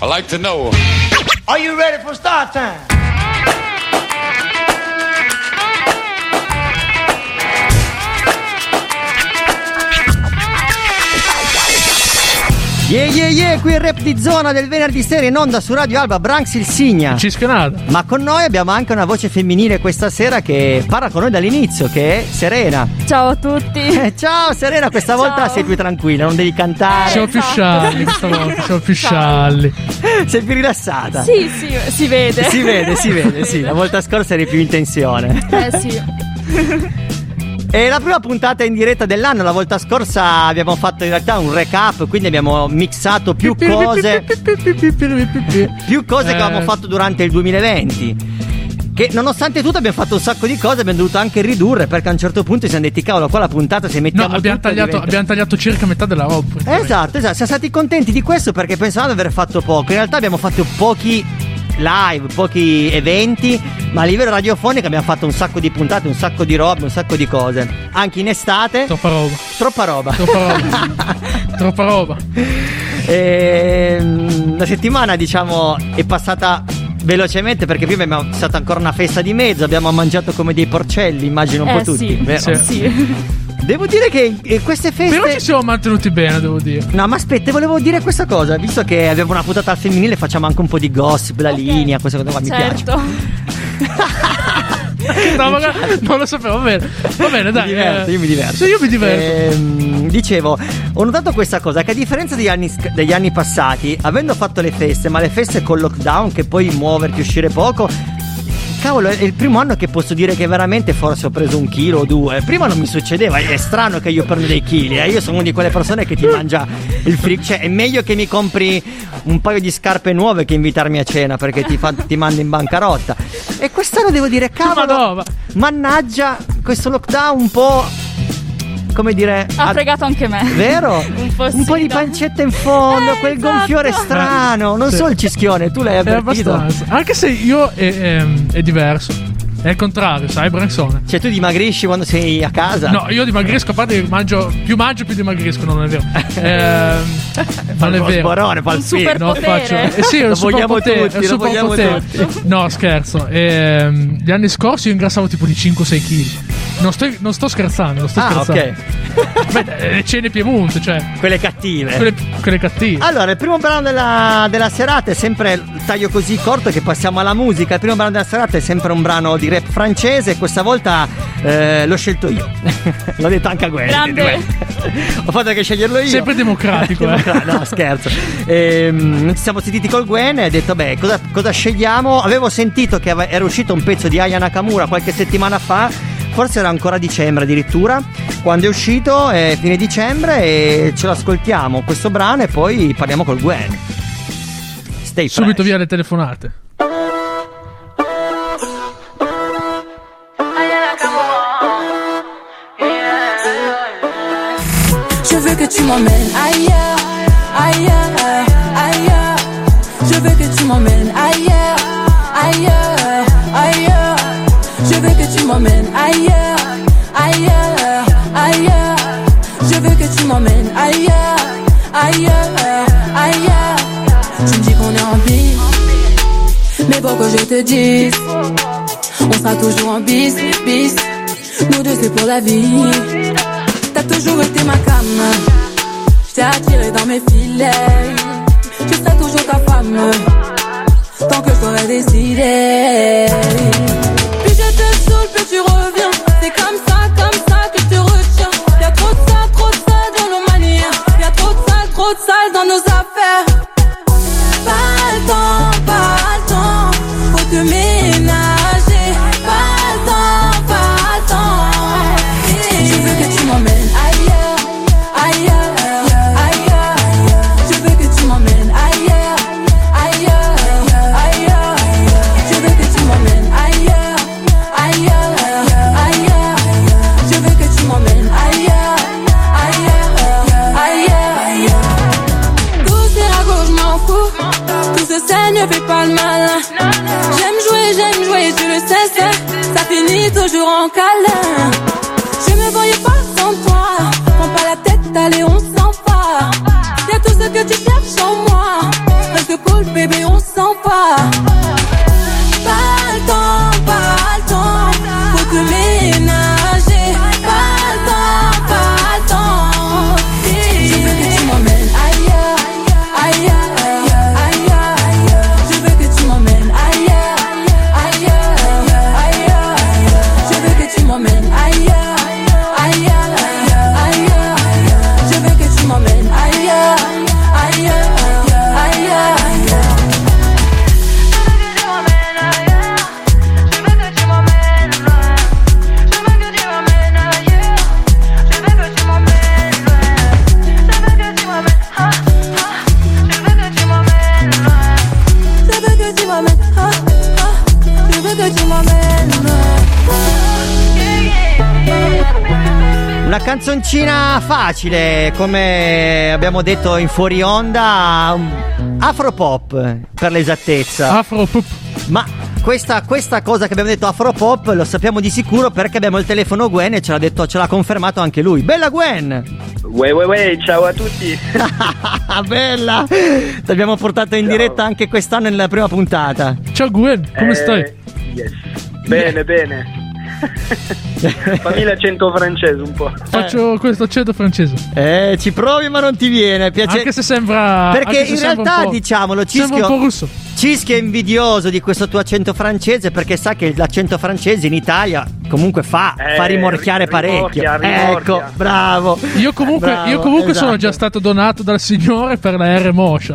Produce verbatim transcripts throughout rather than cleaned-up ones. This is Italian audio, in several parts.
I like to know. Are you ready for start time? Yeah yeah yeah, qui il rap di zona del venerdì sera in onda su Radio Alba, Branks il Signa. Cisconata. Ma con noi abbiamo anche una voce femminile questa sera che parla con noi dall'inizio, che è Serena. Ciao a tutti. Eh, ciao Serena, questa Ciao. volta sei più tranquilla, non devi cantare. Siamo più scialli questa volta, siamo più scialli. Sei più rilassata. Sì, sì, si vede. Si vede, si vede, sì. La volta scorsa eri più in tensione. Eh sì. E la prima puntata in diretta dell'anno, la volta scorsa abbiamo fatto in realtà un recap, quindi abbiamo mixato più cose più cose che avevamo fatto durante il duemilaventi. Che nonostante tutto abbiamo fatto un sacco di cose, abbiamo dovuto anche ridurre, perché a un certo punto ci siamo detti cavolo, qua la puntata se mettiamo No, abbiamo tutto tagliato, diventa... abbiamo tagliato circa metà della roba. Esatto, esatto, siamo stati contenti di questo perché pensavamo di aver fatto poco. In realtà abbiamo fatto pochi live, pochi eventi, ma a livello radiofonico abbiamo fatto un sacco di puntate, un sacco di robe, un sacco di cose. Anche in estate. Troppa roba. Troppa roba. Troppa roba. Troppa roba. E, la settimana, diciamo, è passata velocemente perché prima abbiamo c'è stata ancora una festa di mezzo, abbiamo mangiato come dei porcelli, immagino un eh, po' tutti, sì, vero? sì. sì. Devo dire che eh, queste feste Però ci siamo mantenuti bene, devo dire. No, ma aspetta, volevo dire questa cosa. Visto che avevo una puntata al femminile, facciamo anche un po' di gossip, la Okay. linea, questa cosa qua mi Certo. piace. No, magari non lo sapevo, va bene. Va bene, dai. Mi diverto, eh. io mi diverto. Sì, io mi diverto. Ehm, dicevo, ho notato questa cosa, che a differenza degli anni, sc- degli anni passati, avendo fatto le feste, ma le feste con lockdown, che poi muoverti, uscire poco, cavolo, è il primo anno che posso dire che veramente forse ho preso un chilo o due. Prima non mi succedeva, è strano che io prendo dei chili, eh. Io sono una di quelle persone che ti mangia il frigo. Cioè è meglio che mi compri un paio di scarpe nuove che invitarmi a cena, perché ti, fa, ti mando in bancarotta. E quest'anno devo dire, cavolo, Ma no, ma- mannaggia, questo lockdown un po', come dire, Ha a- fregato anche me. vero? Un po' Un po' sì, di no? pancetta in fondo, Eh, quel esatto. gonfiore strano. Non Sì. so il cischione, tu l'hai È avvertito? abbastanza. Anche se io è, è, è diverso. È il contrario, sai, Branzone. Cioè tu dimagrisci quando sei a casa? No, io dimagrisco, a parte che mangio, più mangio più dimagrisco, non è vero. Ehm, non è Fa il vero. sborone, fa il Un spin. super- No, potere. faccio. Eh sì, è un Lo vogliamo superpotere, tutti, è un lo vogliamo superpotere. tutti. No, scherzo. Ehm, gli anni scorsi io ingrassavo tipo di cinque sei chili. Non sto, non sto scherzando, non sto Ah, scherzando. ok. Beh, le cene Piemonte, cioè, Quelle cattive. quelle, quelle cattive. Allora, il primo brano della, della serata è sempre il taglio così corto che passiamo alla musica. Il primo brano della serata è sempre un brano di rap francese. Questa volta eh, l'ho scelto io. L'ho detto anche a Gwen. Grande. Ho fatto che sceglierlo io. Sempre democratico, eh. Democra- No, scherzo. Ehm, ci siamo sentiti col Gwen e ho detto, beh, cosa, cosa scegliamo? Avevo sentito che ave- era uscito un pezzo di Aya Nakamura qualche settimana fa. Forse era ancora dicembre addirittura quando è uscito, è fine dicembre, e ce l'ascoltiamo questo brano e poi parliamo col Gwen. Stay Subito fresh. via le telefonate. Je veux que tu m'emmènes ailleurs, ailleurs, ailleurs. Je veux que tu m'emmènes ailleurs, ailleurs, ailleurs. Je veux que tu m'emmènes ailleurs, ailleurs, ailleurs. Je veux que tu m'emmènes ailleurs, ailleurs, ailleurs. Tu me dis qu'on est en bis, mais pour que je te dise, on sera toujours en bis, bis. Nous deux c'est pour la vie. T'as toujours été ma cam, je t'ai attiré dans mes filets. Je serai toujours ta femme, tant que je t'aurai décidé. Puis je te saoule, puis tu reviens. C'est comme ça, comme ça que je te retiens. Y'a trop de ça, trop de ça dans nos manières. Y'a trop de ça, trop de ça dans nos affaires. Pas le temps, pas le temps, faut te ménager. Pas le temps, pas le temps. Je veux que tu m'emmènes ailleurs, ailleurs, ailleurs. Je veux que tu m'emmènes ailleurs, ailleurs, ailleurs. Je veux que tu m'emmènes ailleurs, ailleurs, ailleurs. Je veux que tu m'emmènes ailleurs, ailleurs, ailleurs. Tout c'est à gauche, je m'en fous. Tout ce saigne, ne fait pas le malin. J'aime jouer, j'aime jouer, tu le sais, ça, ça finit toujours en câlin. Je me voyais pas sans toi. Prends pas la tête, allez, on s'en va. Y'a tout ce que tu cherches en moi. Reste cool, Una canzoncina facile, come abbiamo detto in fuori onda, um, afropop per l'esattezza. Afropop. Ma questa, questa cosa che abbiamo detto afropop lo sappiamo di sicuro perché abbiamo il telefono Gwen e ce l'ha detto, ce l'ha confermato anche lui. Bella Gwen! Uè, uè, uè, ciao a tutti. Bella! Ti abbiamo portato in Ciao. diretta anche quest'anno nella prima puntata. Ciao Gwen, come Eh, stai? Yes. Bene, bene. Fammi l'accento francese un po'. Faccio questo accento francese. Eh, ci provi ma non ti viene. Piace... Anche se sembra. Perché anche se in sembra realtà, un po', diciamolo, sembra un po' Cischio, russo. Cischio è invidioso di questo tuo accento francese perché sa che l'accento francese in Italia comunque fa, Eh, fa rimorchiare rimorchia, parecchio. rimorchia. Ecco, bravo. Io comunque, Bravo, io comunque sono esatto. già stato donato dal signore per la R Moscia.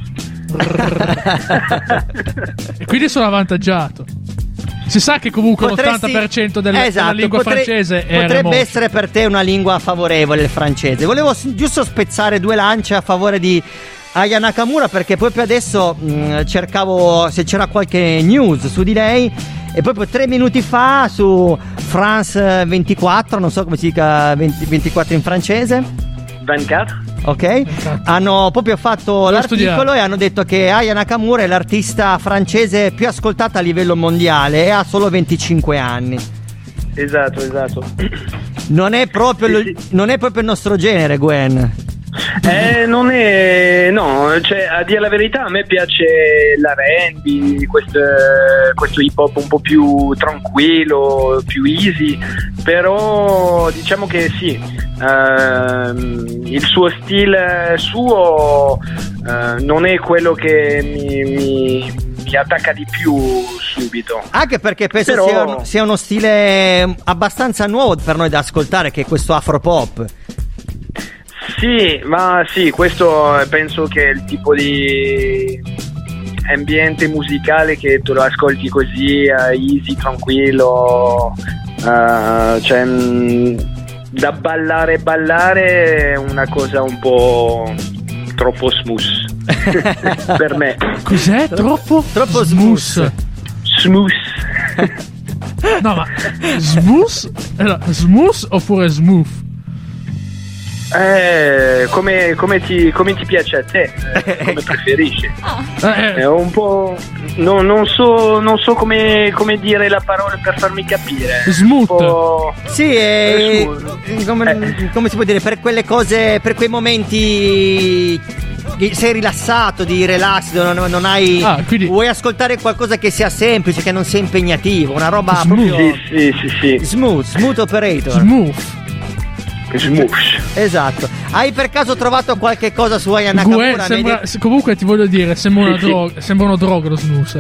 E quindi sono avvantaggiato. Si sa che comunque Potresti- l'ottanta per cento della, esatto, della lingua potre- francese è R potrebbe Moscia. essere per te una lingua favorevole il francese. Volevo s- giusto spezzare due lance a favore di Aya Nakamura perché proprio adesso mh, cercavo se c'era qualche news su di lei e proprio tre minuti fa su France ventiquattro, non so come si dica venti ventiquattro in francese, ventiquattro? ok? Hanno proprio fatto l'articolo studiare. e hanno detto che Aya Nakamura è l'artista francese più ascoltata a livello mondiale e ha solo venticinque anni. Esatto, esatto. Non è proprio, lo- Sì, sì. non è proprio il nostro genere, Gwen. Eh, non è. No, cioè, a dire la verità, a me piace l'R and B, questo, questo hip hop un po' più tranquillo, più easy. Però diciamo che sì, ehm, il suo stile suo eh, non è quello che mi, mi, mi attacca di più subito. Anche perché penso Però- sia, un- sia uno stile abbastanza nuovo per noi da ascoltare, che è questo afropop. Sì, ma sì, questo penso che è il tipo di ambiente musicale che tu lo ascolti così, eh, easy, tranquillo, eh, cioè mh, da ballare ballare è una cosa un po' troppo smooth per me. Cos'è? Troppo? Troppo smooth. Smooth. No, ma smooth? Allora, smooth oppure smooth? Eh, come, come, ti, come ti piace a te, eh, come preferisci. Eh, È un po'. No, non so, non so come, come dire la parola per farmi capire. Smooth. Un po'. Sì, è, Eh, come, eh. come si può dire, per quelle cose, per quei momenti che sei rilassato, di relax, non, non hai, Ah, quindi- vuoi ascoltare qualcosa che sia semplice, che non sia impegnativo, una roba Smooth. proprio Sì, sì, sì, sì. smooth, smooth operator. smooth. Smooth. Esatto. Hai per caso trovato qualche cosa su Aya Gwen, Nakamura? sembra, Mi hai detto- se- comunque ti voglio dire, sembra una Sì, sì. droga, sembra una droga lo smooth,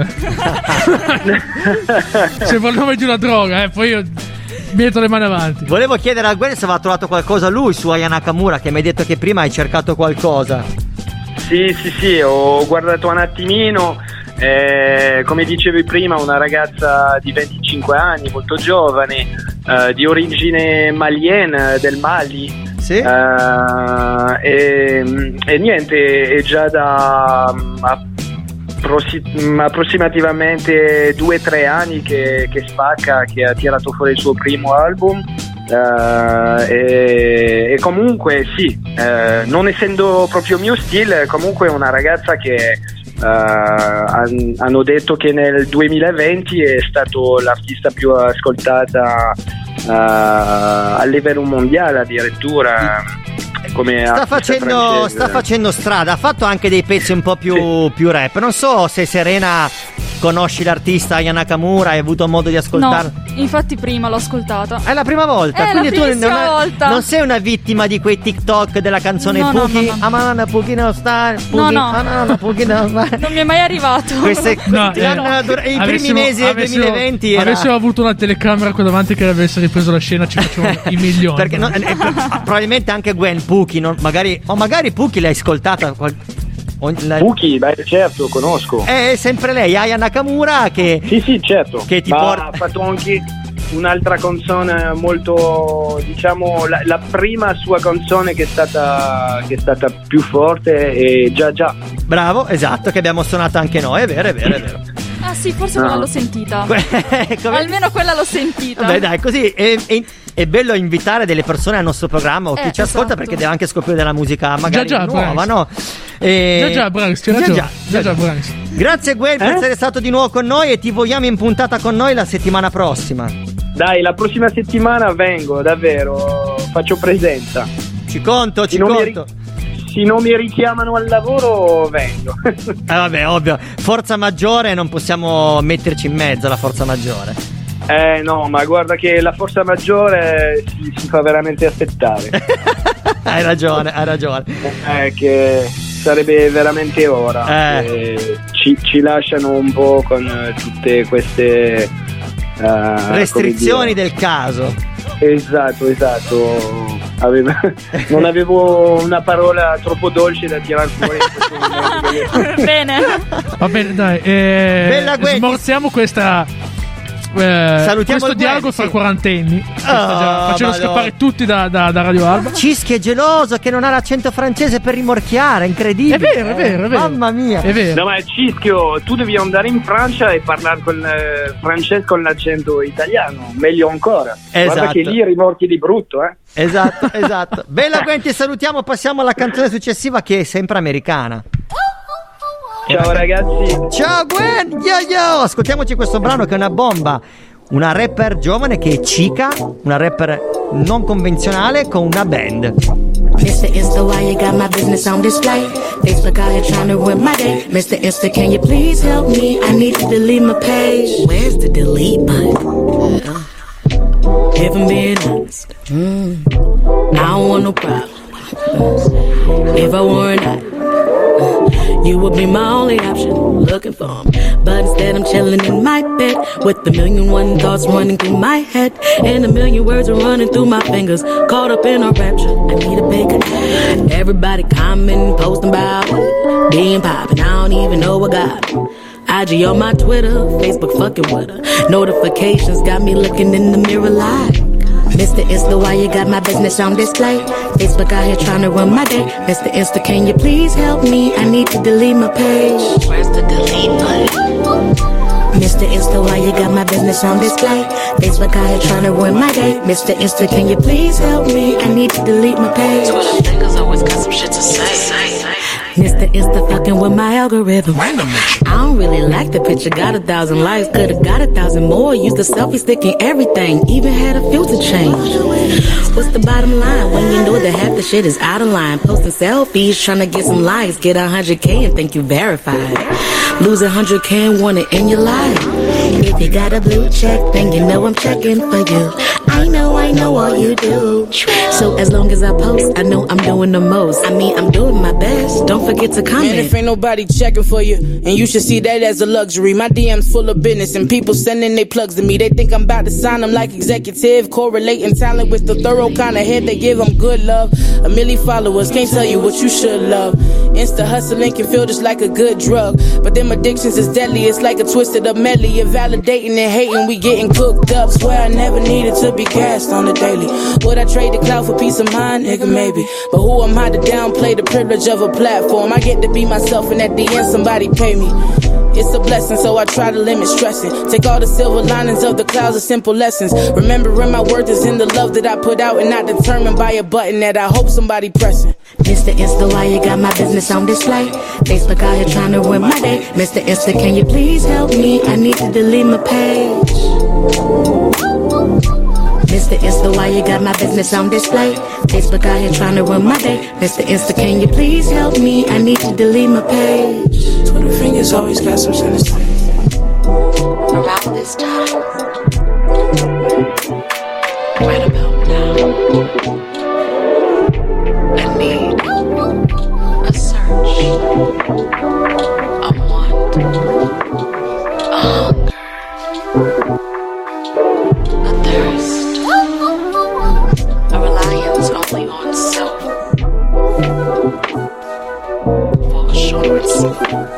eh. Sembra il nome di una droga, eh. Poi io metto le mani avanti. Volevo chiedere a Gwen se aveva trovato qualcosa lui su Aya Nakamura, che mi hai detto che prima hai cercato qualcosa. Sì, sì, sì, ho guardato un attimino. Eh, come dicevi prima, una ragazza di venticinque anni, molto giovane, eh, di origine malienne, del Mali. Sì? Eh, e, e niente, è già da mm, approsi- mm, approssimativamente due o tre anni che, che spacca, che ha tirato fuori il suo primo album. Eh, e, e comunque sì, eh, non essendo proprio mio stile, comunque è una ragazza che Uh, han- hanno detto che nel duemilaventi è stato l'artista più ascoltata uh, a livello mondiale addirittura, come Sta artista facendo, francese. sta facendo strada, ha fatto anche dei pezzi un po' più, Sì. più rap. Non so se Serena conosci l'artista Aya Nakamura, hai avuto modo di ascoltarlo. No, infatti prima l'ho ascoltata. È la prima volta, È quindi la tu primissima non, volta. non sei una vittima di quei TikTok della canzone No, no, Pookie. no, no. Amana Pookie no star. No, no. Amana Pookie no star. Non mi è mai arrivato. Queste, No, questi eh, hanno- dur- I primi Avessimo- mesi del avessimo- duemilaventi era... avessimo avuto una telecamera qua davanti che avesse ripreso la scena, ci facevano i milioni. Perché no, eh, eh, probabilmente anche Gwen Pookie, non- magari, o magari Pookie l'hai ascoltata. qual- o- la- Pookie, beh, certo, conosco. È sempre lei, Aya Nakamura, che Sì, sì, certo. Che ti Ma porta- ha fatto anche un'altra canzone molto, diciamo, la, la prima sua canzone che è stata che è stata più forte è Già Già. bravo, esatto, che abbiamo suonato anche noi, è vero, è vero, è vero. Ah sì, forse No. quella l'ho sentita. Come- Almeno quella l'ho sentita. Beh dai, così è, è- è bello invitare delle persone al nostro programma o chi Eh, ci ascolta, esatto. perché deve anche scoprire della musica magari Già, già, nuova, Branks. no? E... Già già Branks, c'è Già, ragione. già, Già già, già già. Branks. Grazie Gwen per Eh? essere stato di nuovo con noi e ti vogliamo in puntata con noi la settimana prossima. Dai, la prossima settimana vengo, davvero, faccio presenza. Ci conto, ci Se non mi conto. ri- Se non mi richiamano al lavoro, vengo. Eh vabbè, ovvio, forza maggiore, non possiamo metterci in mezzo alla forza maggiore. Eh no, ma guarda che la forza maggiore si, si fa veramente aspettare. Hai ragione, hai ragione. Eh, che sarebbe veramente ora. Eh. Eh, ci, ci lasciano un po' con eh, tutte queste eh, Restrizioni come dire. del caso. Esatto, esatto. Aveva- non avevo una parola troppo dolce da tirar fuori in questo momento. Bene. Va bene, dai. Eh, Bella Gwen. smorziamo questa. Eh, Salutiamo questo il Gwen, dialogo fra sì. quarantenni. Questa già- Oh, facendo Madonna. scappare tutti da, da- da Radio Alba. Cischi è geloso che non ha l'accento francese per rimorchiare, incredibile. È vero, è vero, è vero. Mamma mia. È vero. No, ma Cischio, tu devi andare in Francia e parlare con eh, francese con l'accento italiano, meglio ancora. Esatto. Guarda che lì rimorchi di brutto, eh. Esatto, esatto. Bella Gwen, ti salutiamo, passiamo alla canzone successiva che è sempre americana. Ciao ragazzi. Ciao Gwen, yo yo! Ascoltiamoci questo brano che è una bomba. Una rapper giovane che è Chica, una rapper non convenzionale con una band. Mister Insta, why you got my business on display? Facebook out here trying to ruin my day. Mister Insta, can you please help me? I need to delete my page. Where's the delete button? If I'm being honest, mm, I don't want no problem. If I weren't out, you would be my only option, looking for 'em. But instead I'm chilling in my bed with a million one thoughts running through my head, and a million words are running through my fingers, caught up in a rapture. I need a bigger. Everybody commenting, posting about it, being poppin', I don't even know what got me. I G on my Twitter, Facebook fucking with her. Notifications got me looking in the mirror like Mister Insta, why you got my business on display? Facebook out here trying to run my day. Mister Insta, can you please help me? I need to delete my page. Where's the delete button? Mister Insta, why you got my business on display? Facebook out here trying to ruin my day. Mister Insta, can you please help me? I need to delete my page. Twitter fingers always got some shit to say. Mister Insta fucking with my algorithm. I don't really like the picture. Got a thousand likes, could've got a thousand more. Used the selfie stick and everything. Even had a filter change. What's the bottom line when you know that half the shit is out of line? Posting selfies, trying to get some likes. Get one hundred K and think you verified. Lose one hundred K and want it in your life. If you got a blue check, then you know I'm checking for you. I know, I know all you do. So as long as I post, I know I'm doing the most. I mean, I'm doing my best. Don't forget to comment. Man, if ain't nobody checking for you, and you should see that as a luxury. My D M's full of business, and people sending they plugs to me. They think I'm about to sign them like executive, correlating talent with the thorough kind of head they give them good love. A million followers, can't tell you what you should love. Insta hustling can feel just like a good drug, but them addictions is deadly. It's like a twisted up medley. You're validating and hating, we getting cooked up. Swear I never needed to be gassed on the daily. Would I trade the cloud for peace of mind? Nigga, maybe. But who am I to downplay the privilege of a platform? I get to be myself, and at the end somebody pay me. It's a blessing, so I try to limit stressing. Take all the silver linings of the clouds as simple lessons. Remembering my worth is in the love that I put out, and not determined by a button that I hope somebody pressing. Mister Insta, why you got my business on display? Facebook out here trying to ruin my day. Mister Insta, can you please help me? I need to delete my page. Mister Insta, why you got my business on display? Facebook out here trying to ruin my day. Mister Insta, can you please help me? I need to delete my page. Twitter fingers always got some shit to say. Around this time, right about now, I need a search, a want, a hunger, a thirst, a reliance only on self, for assurance.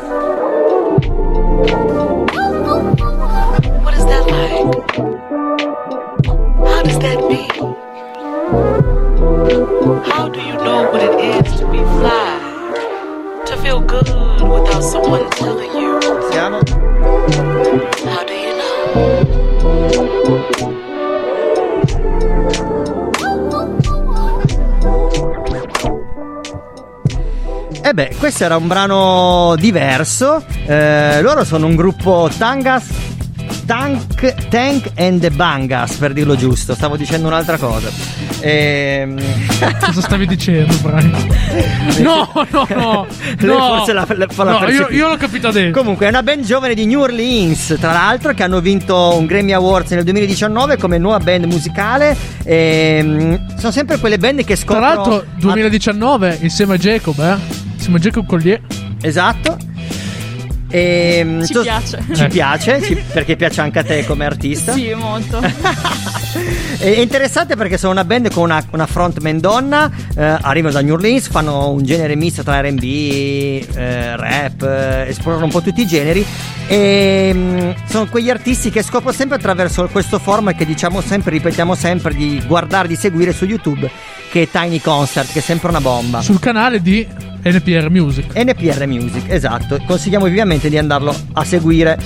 What is that like? How does that mean? How do you know what it is to be fly? To feel good without someone telling you? Siamo? How do you know? E beh, questo era un brano diverso. Eh, loro sono un gruppo Tangas. Tank, Tank and the Bangas, per dirlo giusto. Stavo dicendo un'altra cosa. Ehm... Cosa stavi dicendo, Brian? No, no, no, no. Forse la, la, fa la no io, io l'ho capito adesso. Comunque è una band giovane di New Orleans, tra l'altro, che hanno vinto un Grammy Awards nel duemiladiciannove come nuova band musicale. Ehm... Sono sempre quelle band che scoprono. Tra l'altro duemiladiciannove insieme a Jacob, eh? Insieme a Jacob Collier. Esatto. E, ci so, piace ci eh. piace ci, perché piace anche a te come artista. Sì, molto. È interessante perché sono una band con una, una frontman donna, eh, arrivano da New Orleans, fanno un genere misto tra R and B, eh, rap, eh, esplorano un po' tutti i generi e mh, sono quegli artisti che scopro sempre attraverso questo format che diciamo sempre, ripetiamo sempre, di guardare, di seguire su YouTube, che è Tiny Concert, che è sempre una bomba. Sul canale di N P R Music. N P R Music, esatto. Consigliamo vivamente di andarlo a seguire.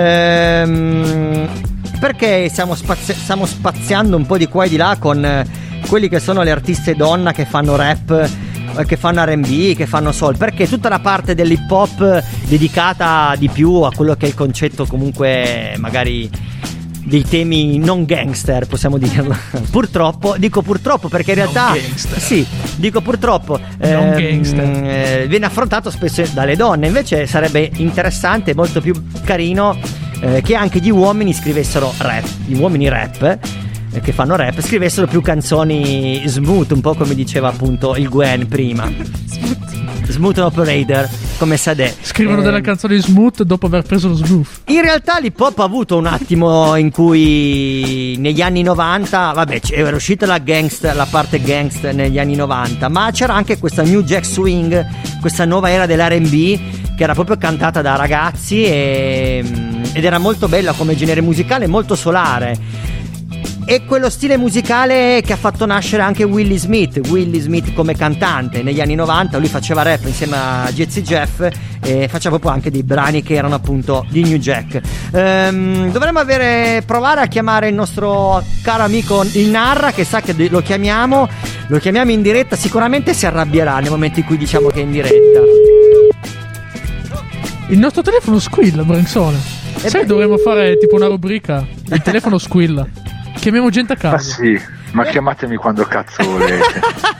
Ehm, perché stiamo, spazi- stiamo spaziando un po' di qua e di là con eh, quelli che sono le artiste donna che fanno rap, eh, che fanno R and B, che fanno soul. Perché tutta la parte dell'hip hop dedicata di più a quello che è il concetto, comunque magari dei temi non gangster, possiamo dirlo. Purtroppo, dico purtroppo perché in realtà sì, dico purtroppo non ehm, gangster. eh, viene affrontato spesso dalle donne. Invece sarebbe interessante, molto più carino eh, che anche gli uomini scrivessero rap, gli uomini rap eh, che fanno rap scrivessero più canzoni smooth, un po' come diceva appunto il Gwen prima. Smooth Operator, come Sade. Scrivono eh, delle canzoni smooth dopo aver preso lo smooth. In realtà l'hip hop ha avuto un attimo in cui negli anni novanta, vabbè, era uscita la gangsta, la parte gangsta negli anni novanta, ma c'era anche questa New Jack Swing, questa nuova era dell'R and B che era proprio cantata da ragazzi e, ed era molto bella come genere musicale, molto solare. E quello stile musicale che ha fatto nascere anche Willie Smith, Willie Smith come cantante negli anni novanta. Lui faceva rap insieme a Jazzy Jeff e faceva proprio anche dei brani che erano appunto di New Jack. Ehm, dovremmo avere, provare a chiamare il nostro caro amico il Narra, che sa che lo chiamiamo, lo chiamiamo in diretta, sicuramente si arrabbierà nel momento in cui diciamo che è in diretta. Il nostro telefono squilla, Brenzone. E Sai, beh, dovremmo fare tipo una rubrica. Il telefono squilla. Chiamiamo gente a Ma caso. sì, ma chiamatemi quando cazzo volete.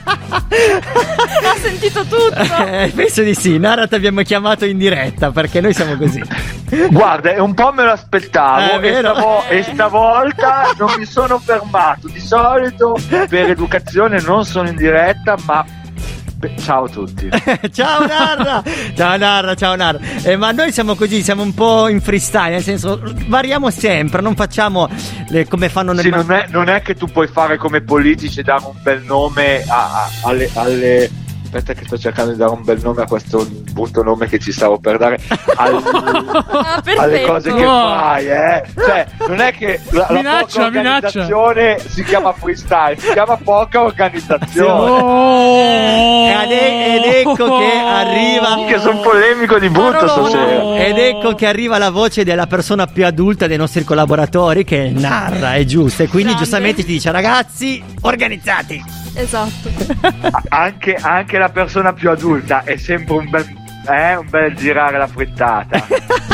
Ha sentito tutto. Eh, penso di sì. Nara, ti abbiamo chiamato in diretta perché noi siamo così. Guarda, un po' me lo aspettavo Eh, e, vero? stavo- e stavolta non mi sono fermato. Di solito per educazione non sono in diretta, ma beh, ciao a tutti. Ciao Narra, ciao Narra, ciao Narra. Eh, ma noi siamo così, siamo un po' in freestyle, nel senso variamo sempre, non facciamo le, come fanno nel Sì, non è, non è che tu puoi fare come politici e dare un bel nome a, a- alle, alle aspetta che sto cercando di dare un bel nome a questo brutto nome che ci stavo per dare al, Ah, perfetto. alle cose che Oh. fai, eh. Cioè, non è che la, la Minaccia, poca organizzazione si chiama freestyle, si chiama poca organizzazione. Oh. Ed, è- ed ecco che arriva Che sono polemico di brutto stasera. Ed ecco che arriva la voce della persona più adulta dei nostri collaboratori, che Narra, è giusto. E quindi Grande. giustamente ti dice: ragazzi, organizzati. Esatto. Anche, anche la persona più adulta è sempre un bel, eh, un bel girare la frittata.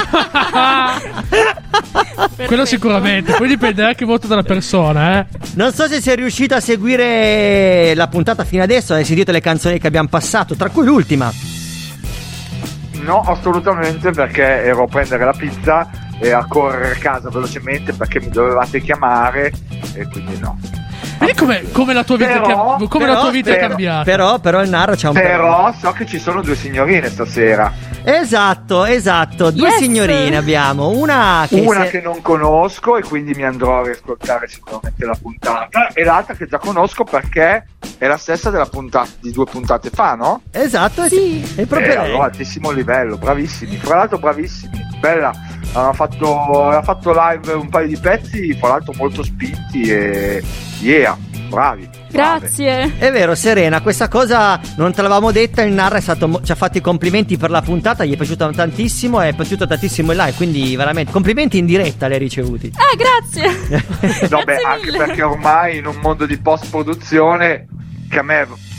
Quello Perfetto. sicuramente. Poi dipende anche molto dalla persona, eh. Non so se sei riuscito a seguire la puntata fino adesso, hai sentito le canzoni che abbiamo passato, tra cui l'ultima. No, assolutamente, perché ero a prendere la pizza e a correre a casa velocemente perché mi dovevate chiamare e quindi no. Vedi come, come la tua vita, Però- è cam- come la però- tua vita è però- cambiata. Però, però il Narra c'ha un Però so che ci sono due signorine stasera. Esatto, esatto, due Yes. signorine abbiamo, una che, Una se- che non conosco e quindi mi andrò a riascoltare sicuramente la puntata, e l'altra che già conosco perché è la stessa della puntata di due puntate fa, no? Esatto, è- Sì. è proprio Eh, lei. allora, altissimo livello, bravissimi. Fra l'altro bravissimi, bella. Aveva fatto, aveva fatto live un paio di pezzi, fra l'altro molto spinti e yeah, bravi. brave. Grazie. È vero, Serena, questa cosa non te l'avevamo detta. Il Narra è stato, mo- ci ha fatto i complimenti per la puntata, gli è piaciuta tantissimo, è piaciuto tantissimo il live, quindi veramente complimenti in diretta li hai ricevuti. Ah, grazie. No, beh, Grazie anche mille. perché ormai in un mondo di post produzione che a me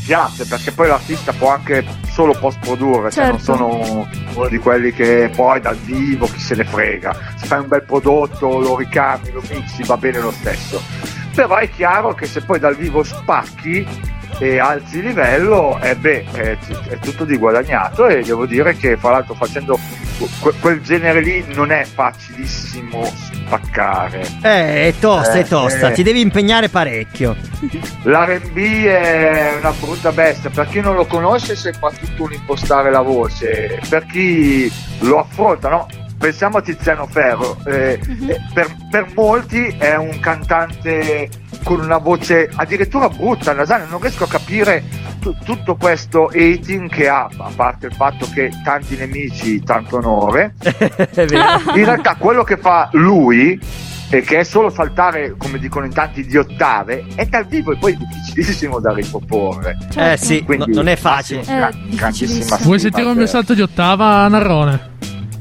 piace, perché poi l'artista può anche solo post produrre, cioè non Certo. sono uno di quelli che poi dal vivo chi se ne frega, se fai un bel prodotto lo ricami, lo mixi, va bene lo stesso. Però è chiaro che se poi dal vivo spacchi e alzi il livello, eh beh, è, è tutto di guadagnato, e devo dire che fra l'altro facendo que- quel genere lì non è facilissimo spaccare. Eh, è tosta, Eh, è tosta, eh. ti devi impegnare parecchio. L'R and B è una brutta bestia, per chi non lo conosce sembra tutto un impostare la voce, per chi lo affronta, no? Pensiamo a Tiziano Ferro, eh, Mhm. eh, per, per molti è un cantante con una voce addirittura brutta, nasale, non riesco a capire tu- tutto questo hating che ha, a parte il fatto che tanti nemici, tanto onore. È vero. In realtà quello che fa lui, e che è solo saltare, come dicono in tanti, di ottave, è dal vivo e poi è difficilissimo da riproporre. Certo. Eh sì, Quindi, no- non è facile. massimo, gra- È grandissima difficilissimo. Vuoi stima sentire un mio per- salto di ottava, Narrone?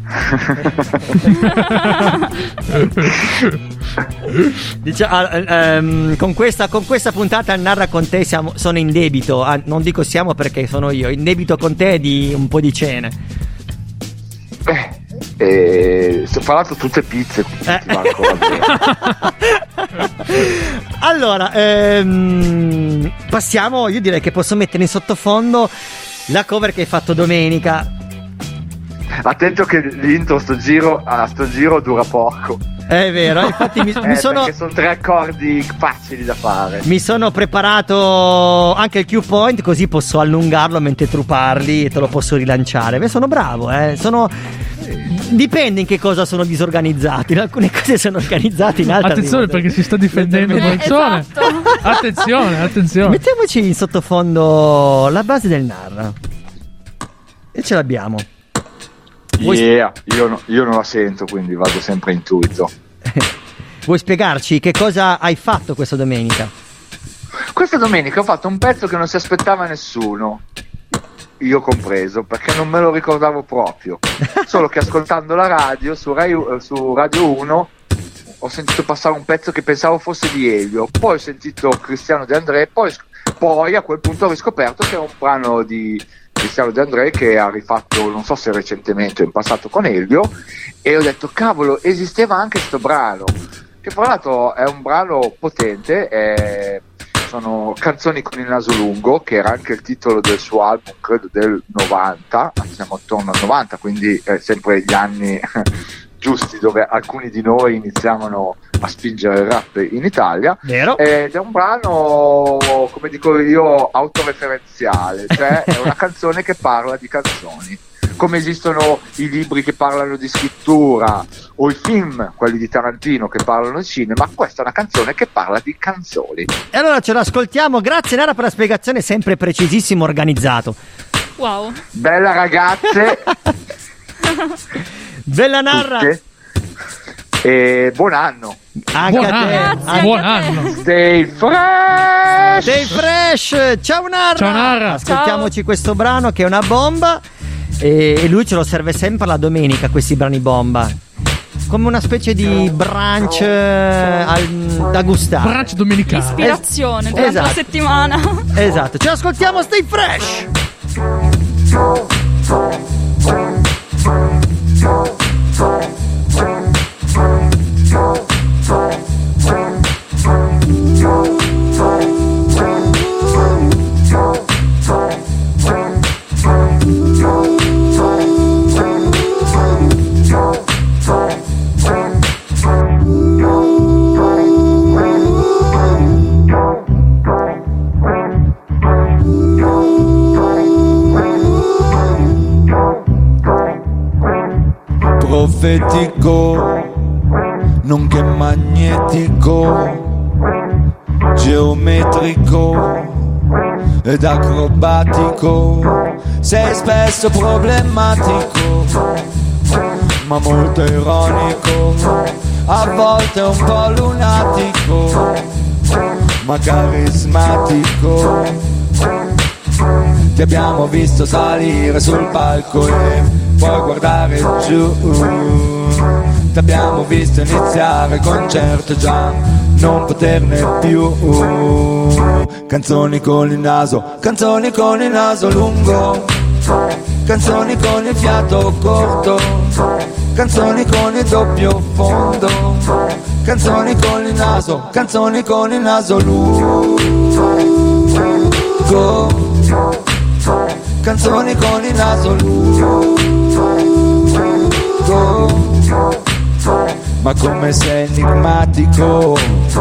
Dice, ah, ehm, con, questa, con questa puntata al Narra con te siamo, sono in debito, ah, non dico siamo perché sono io, in debito con te di un po' di cene. Eh, eh, se fra l'altro tutte pizze, Eh. ti va ancora bene. Allora, ehm, passiamo, io direi che posso mettere in sottofondo la cover che hai fatto domenica. Attento che l'intro sto giro, a sto giro dura poco. È vero, infatti mi, mi Eh, sono... perché sono tre accordi facili da fare. Mi sono preparato anche il cue point, così posso allungarlo mentre tu parli e te lo posso rilanciare. Beh, sono bravo, eh. Sono... Dipende in che cosa sono disorganizzati. In alcune cose sono organizzati, in altre Attenzione arrivo- perché si sta difendendo Eh, Bolzone. esatto. Attenzione, attenzione. Mettiamoci in sottofondo la base del Narra. E ce l'abbiamo. Vuoi- Yeah, io, no- io non la sento, quindi vado sempre intuito. Vuoi spiegarci che cosa hai fatto questa domenica? Questa domenica ho fatto un pezzo che non si aspettava nessuno, io compreso, perché non me lo ricordavo proprio. Solo che ascoltando la radio su, Rai, eh, su Radio uno ho sentito passare un pezzo che pensavo fosse di Elio, poi ho sentito Cristiano De André, poi, poi a quel punto ho riscoperto che era un brano di Cristiano De André che ha rifatto, non so se recentemente o in passato con Elio, e ho detto cavolo, esisteva anche sto brano, che fra l'altro è un brano potente, è... sono Canzoni con il naso lungo, che era anche il titolo del suo album, credo del novanta, siamo attorno al novanta, quindi è sempre gli anni giusti dove alcuni di noi iniziavano a spingere il rap in Italia. Vero? Ed è un brano, come dico io, autoreferenziale, cioè è una canzone che parla di canzoni. Come esistono i libri che parlano di scrittura o i film, quelli di Tarantino, che parlano di cinema, questa è una canzone che parla di canzoni. E allora ce l'ascoltiamo. Grazie Nara per la spiegazione, sempre precisissimo, organizzato. Wow. Bella ragazze, Bella Narra. tutte, e buon anno. Anche Buon a te. anno. Grazie, Buon anche a te. anno. Stay fresh! Stay fresh. Ciao Narra. Ciao, Narra. Ascoltiamoci questo brano che è una bomba. E e lui ce lo serve sempre la domenica, questi brani bomba. Come una specie di brunch eh, al- da gustare. Brunch domenicale. Ispirazione durante Esatto. la settimana. Esatto, ce l'ascoltiamo, Stay fresh. Profetico, nonché magnetico, geometrico ed acrobatico. Sei spesso problematico, ma molto ironico, a volte un po' lunatico, ma carismatico. Ti abbiamo visto salire sul palco e poi guardare giù. Ti abbiamo visto iniziare il concerto già non poterne più. Canzoni con il naso, canzoni con il naso lungo, canzoni con il fiato corto, canzoni con il doppio fondo, canzoni con il naso, canzoni con il naso lungo, canzoni con il naso lungo. Ma come sei enigmatico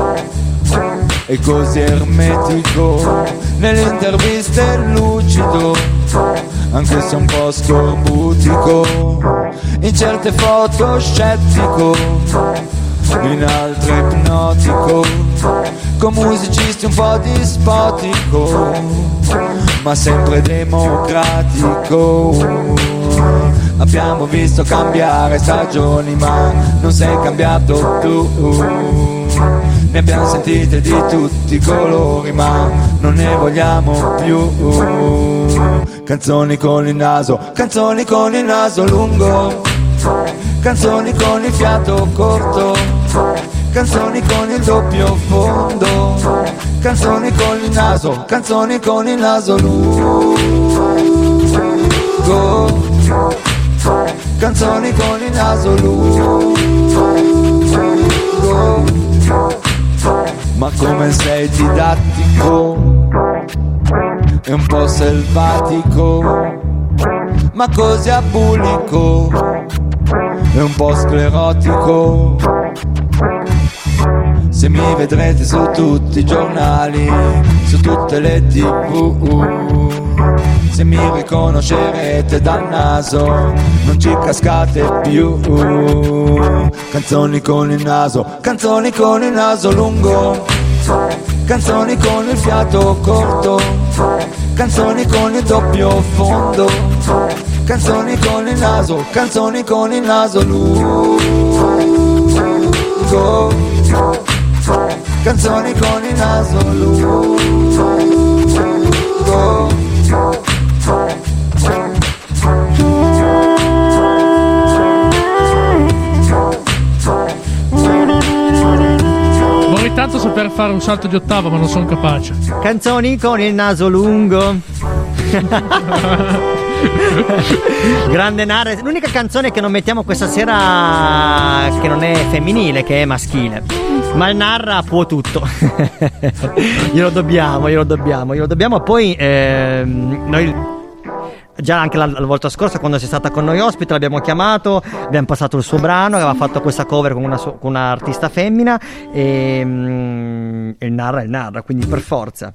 e così ermetico, nelle interviste lucido, anche se un po' scorbutico, in certe foto scettico, in altre ipnotico, con musicisti un po' dispotico, ma sempre democratico. Abbiamo visto cambiare stagioni, ma non sei cambiato tu. Ne abbiamo sentite di tutti i colori, ma non ne vogliamo più. Canzoni con il naso, canzoni con il naso lungo, canzoni con il fiato corto, canzoni con il doppio fondo, canzoni con il naso, canzoni con il naso lungo, canzoni con il naso lungo. Ma come sei didattico e un po' selvatico, ma così abulico e un po' sclerotico. Se mi vedrete su tutti i giornali, su tutte le tv, se mi riconoscerete dal naso, non ci cascate più. Canzoni con il naso, canzoni con il naso lungo, canzoni con il fiato corto, canzoni con il doppio fondo, canzoni con il naso, canzoni con il naso lungo, canzoni con il naso lungo. Vorrei tanto saper fare un salto di ottava, ma non sono capace. Canzoni con il naso lungo. Grande Narra. L'unica canzone che non mettiamo questa sera che non è femminile, che è maschile. Ma il Narra può tutto. Glielo dobbiamo, glielo dobbiamo, glielo dobbiamo. Poi ehm, noi già anche la, la volta scorsa, quando sei stata con noi ospite, l'abbiamo chiamato, abbiamo passato il suo brano, aveva fatto questa cover con una, con una artista femmina e, mm, e il Narra è il Narra, quindi per forza.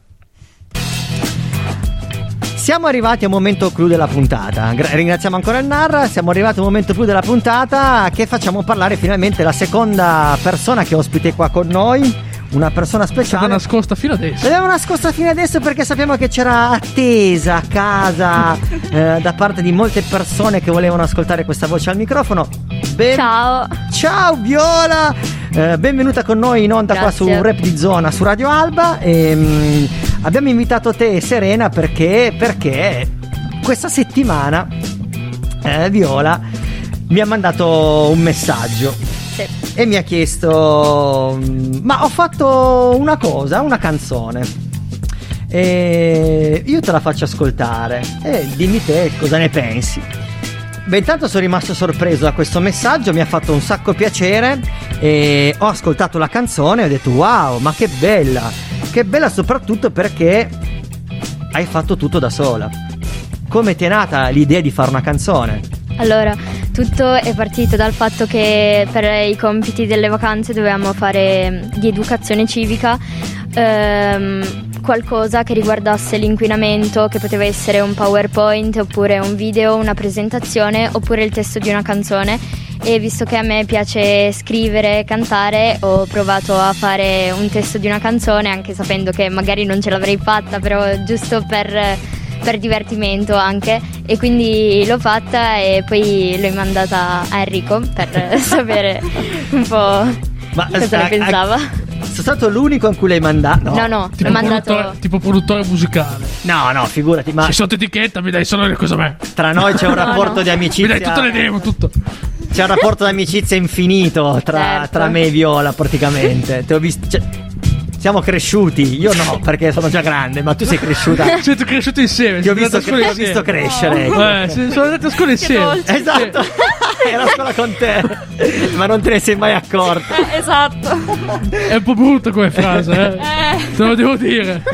Siamo arrivati a un momento clou della puntata. Gra- ringraziamo ancora il Narra. Siamo arrivati a un momento clou della puntata che facciamo parlare finalmente la seconda persona che ospite qua con noi. Una persona speciale. L'abbiamo nascosta fino adesso. L'abbiamo nascosta fino adesso perché sappiamo che c'era attesa a casa eh, da parte di molte persone che volevano ascoltare questa voce al microfono. Ben- Ciao. Ciao Viola, eh, benvenuta con noi in onda. Grazie. Qua su Rap di Zona su Radio Alba. E, mh, abbiamo invitato te, Serena, perché perché questa settimana eh, Viola mi ha mandato un messaggio. Sì. E mi ha chiesto: ma ho fatto una cosa, una canzone, e io te la faccio ascoltare e dimmi te cosa ne pensi. Beh, intanto sono rimasto sorpreso da questo messaggio, mi ha fatto un sacco piacere e ho ascoltato la canzone e ho detto wow, ma che bella, che bella, soprattutto perché hai fatto tutto da sola. Come ti è nata l'idea di fare una canzone? Allora, tutto è partito dal fatto che per i compiti delle vacanze dovevamo fare di educazione civica ehm, qualcosa che riguardasse l'inquinamento, che poteva essere un PowerPoint oppure un video, una presentazione oppure il testo di una canzone. E visto che a me piace scrivere e cantare, ho provato a fare un testo di una canzone, anche sapendo che magari non ce l'avrei fatta, però giusto per... per divertimento anche, e quindi l'ho fatta e poi l'ho mandata a Enrico per sapere un po' Ma cosa sta- ne pensava. Sono stato l'unico in cui l'hai mandato? No, no, Tipo, l'ho mandato. produttore, tipo produttore musicale. No, no, figurati, ma Se sotto etichetta mi dai solo le cose a me. tra noi c'è un No, rapporto no. di amicizia. Mi dai tutte le demo, tutto. c'è un rapporto d'amicizia infinito tra, Certo. tra me e Viola praticamente. Te ho visto, cioè, siamo cresciuti, io no perché sono già grande, ma tu sei cresciuta. Siete cresciuti insieme. Ti ho siete visto, andati a scuola cre- ho visto insieme. crescere. Oh. Eh, sì, sono andati a scuola insieme. dolce. Esatto. Era a scuola con te, ma non te ne sei mai accorta. Eh, esatto. È un po' brutta come frase, eh. Eh. Te lo devo dire.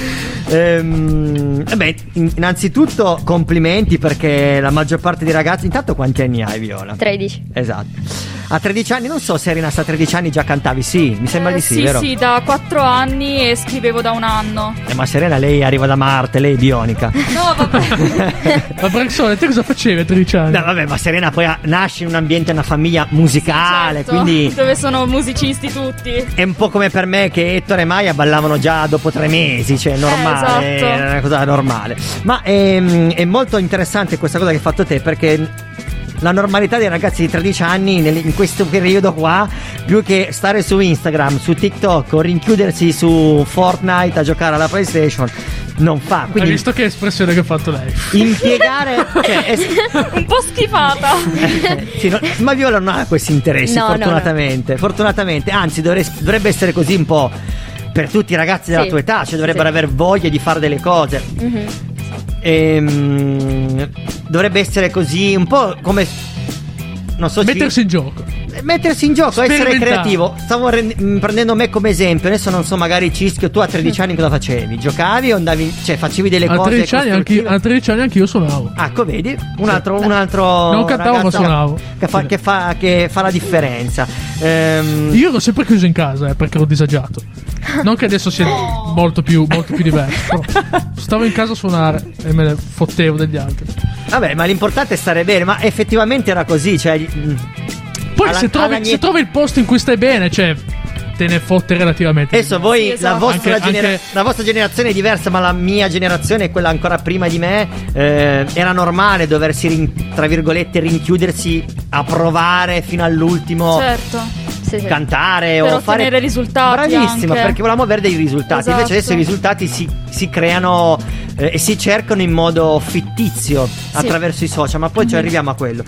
Ehm, beh, innanzitutto complimenti perché la maggior parte dei ragazzi. Intanto quanti anni hai, Viola? tredici. Esatto. A tredici anni, non so se eri nata a tredici anni già cantavi, sì, mi sembra Eh, di sì, sì, vero? sì, da quattro anni e scrivevo da un anno. Eh, ma Serena, lei arriva da Marte, lei è bionica. No, vabbè. Ma Braxone, te cosa facevi a tredici anni? No, vabbè, ma Serena poi ha- nasce in un ambiente, una famiglia musicale, Certo, quindi dove sono musicisti tutti. è un po' come per me che Ettore e Maya ballavano già dopo tre mesi, cioè è normale, Eh, esatto. è una cosa normale. Ma è, è molto interessante questa cosa che hai fatto te perché la normalità dei ragazzi di tredici anni nel- in questo periodo qua, più che stare su Instagram, su TikTok o rinchiudersi su Fortnite a giocare alla PlayStation, non fa. Hai Quindi visto che espressione che ha fatto lei? impiegare cioè, es- Un po' schifata. sì, no, ma Viola non ha questi interessi, No, no, fortunatamente. Fortunatamente, anzi, dovre- dovrebbe essere così un po' per tutti i ragazzi della Sì. tua età, cioè dovrebbero Sì. aver voglia di fare delle cose. Mhm. Ehm, dovrebbe essere così un po' come, non so, Mettersi in gioco. ci- mettersi in gioco, essere Sperimentare. creativo. Stavo rend- mh, prendendo me come esempio. Adesso non so, magari Cischio, tu a tredici anni cosa facevi? Giocavi o andavi, cioè facevi delle A cose tredici anni anche costruttive? a tredici anni anche io suonavo. Ecco, vedi? Un altro, un altro Non cantavo, ma ragazzo suonavo. Che fa, che fa, che fa la differenza. Ehm, Io ero sempre chiuso in casa, eh, perché ero disagiato. Non che adesso sia molto più, molto più diverso. Però stavo in casa a suonare e me ne fottevo degli altri. Vabbè, ma l'importante è stare bene. Ma effettivamente era così. Cioè, mh, Poi alla- se, trovi, alla se nie- trovi il posto in cui stai bene, cioè te ne fotte relativamente. Adesso voi, Sì, esatto. la, vostra Anche- genera- anche- la vostra generazione è diversa, ma la mia generazione e quella ancora prima di me, eh, era normale doversi, rin- tra virgolette, rinchiudersi a provare fino all'ultimo. Certo. Sì, sì. Cantare Per o fare ottenere risultati bravissima, anche. perché volevamo avere dei risultati. Esatto. Invece adesso i risultati si, si creano eh, e si cercano in modo fittizio attraverso i social, ma poi ci arriviamo a quello.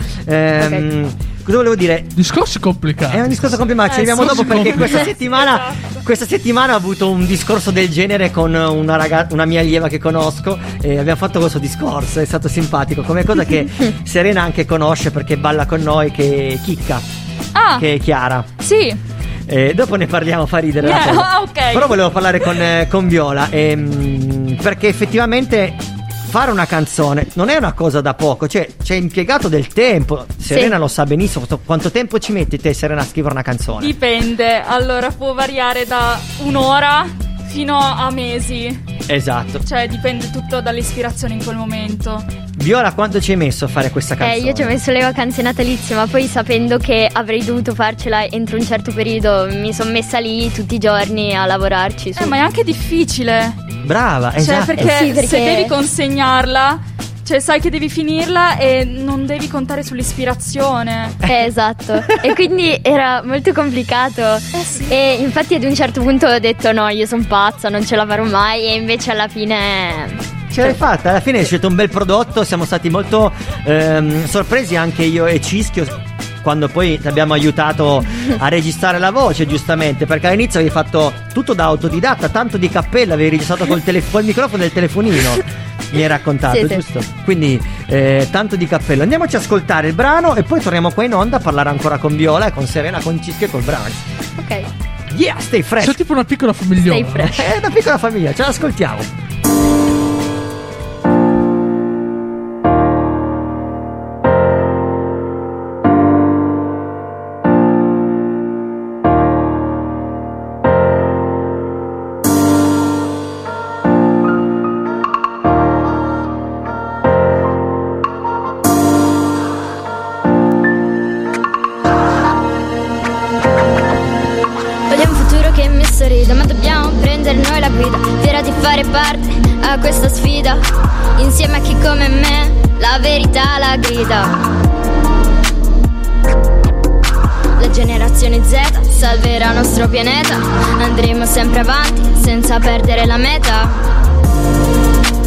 Ehm, Cosa volevo dire? Discorsi complicati. È un discorso complicato, ci Eh, arriviamo sì, dopo sì, perché complicati. questa settimana, Esatto. questa settimana ho avuto un discorso del genere con una, raga- una mia allieva che conosco e abbiamo fatto questo discorso, è stato simpatico, come cosa che Serena anche conosce perché balla con noi, che è Chicca, Ah, che è Chiara. sì. Eh, dopo ne parliamo, fa ridere la Eh, cosa. ah, ok. Però volevo parlare con, eh, con Viola ehm, perché effettivamente fare una canzone non è una cosa da poco, cioè ci hai impiegato del tempo. Serena lo sa benissimo. Quanto tempo ci metti te, Serena, a scrivere una canzone? Dipende. Allora, può variare da un'ora fino a mesi. Esatto. Cioè, dipende tutto dall'ispirazione in quel momento. Viola, quanto ci hai messo a fare questa canzone? Eh, io ci ho messo le vacanze natalizie, ma poi sapendo che avrei dovuto farcela entro un certo periodo, mi sono messa lì tutti i giorni a lavorarci su. Eh, ma è anche difficile. Brava, Cioè, esatto. perché, Eh sì, perché- se devi consegnarla, cioè sai che devi finirla e non devi contare sull'ispirazione. Eh, esatto. E quindi era molto complicato. sì. E infatti ad un certo punto ho detto no, io sono pazza, non ce la farò mai. E invece alla fine... Ce l'hai fatta, alla fine è uscito un bel prodotto, siamo stati molto ehm, sorpresi anche io e Cischio quando poi ti abbiamo aiutato a registrare la voce, giustamente, perché all'inizio avevi fatto tutto da autodidatta, tanto di cappella, avevi registrato col, telef- col microfono del telefonino, mi hai raccontato, Sì, sì. giusto? Quindi eh, tanto di cappello. Andiamoci a ascoltare il brano e poi torniamo qua in onda a parlare ancora con Viola e con Serena, con Cischio e col brano. Ok. Yeah, stay fresh! Sei tipo una piccola famigliola. Stay fresh. È una piccola famiglia, ce l'ascoltiamo. Voglio un futuro che mi sorrida, ma dobbiamo prendere noi la guida. Fiera di fare parte a questa sfida, insieme a chi come me la verità la grida. La generazione Z salverà il nostro pianeta, andremo sempre avanti senza perdere la meta.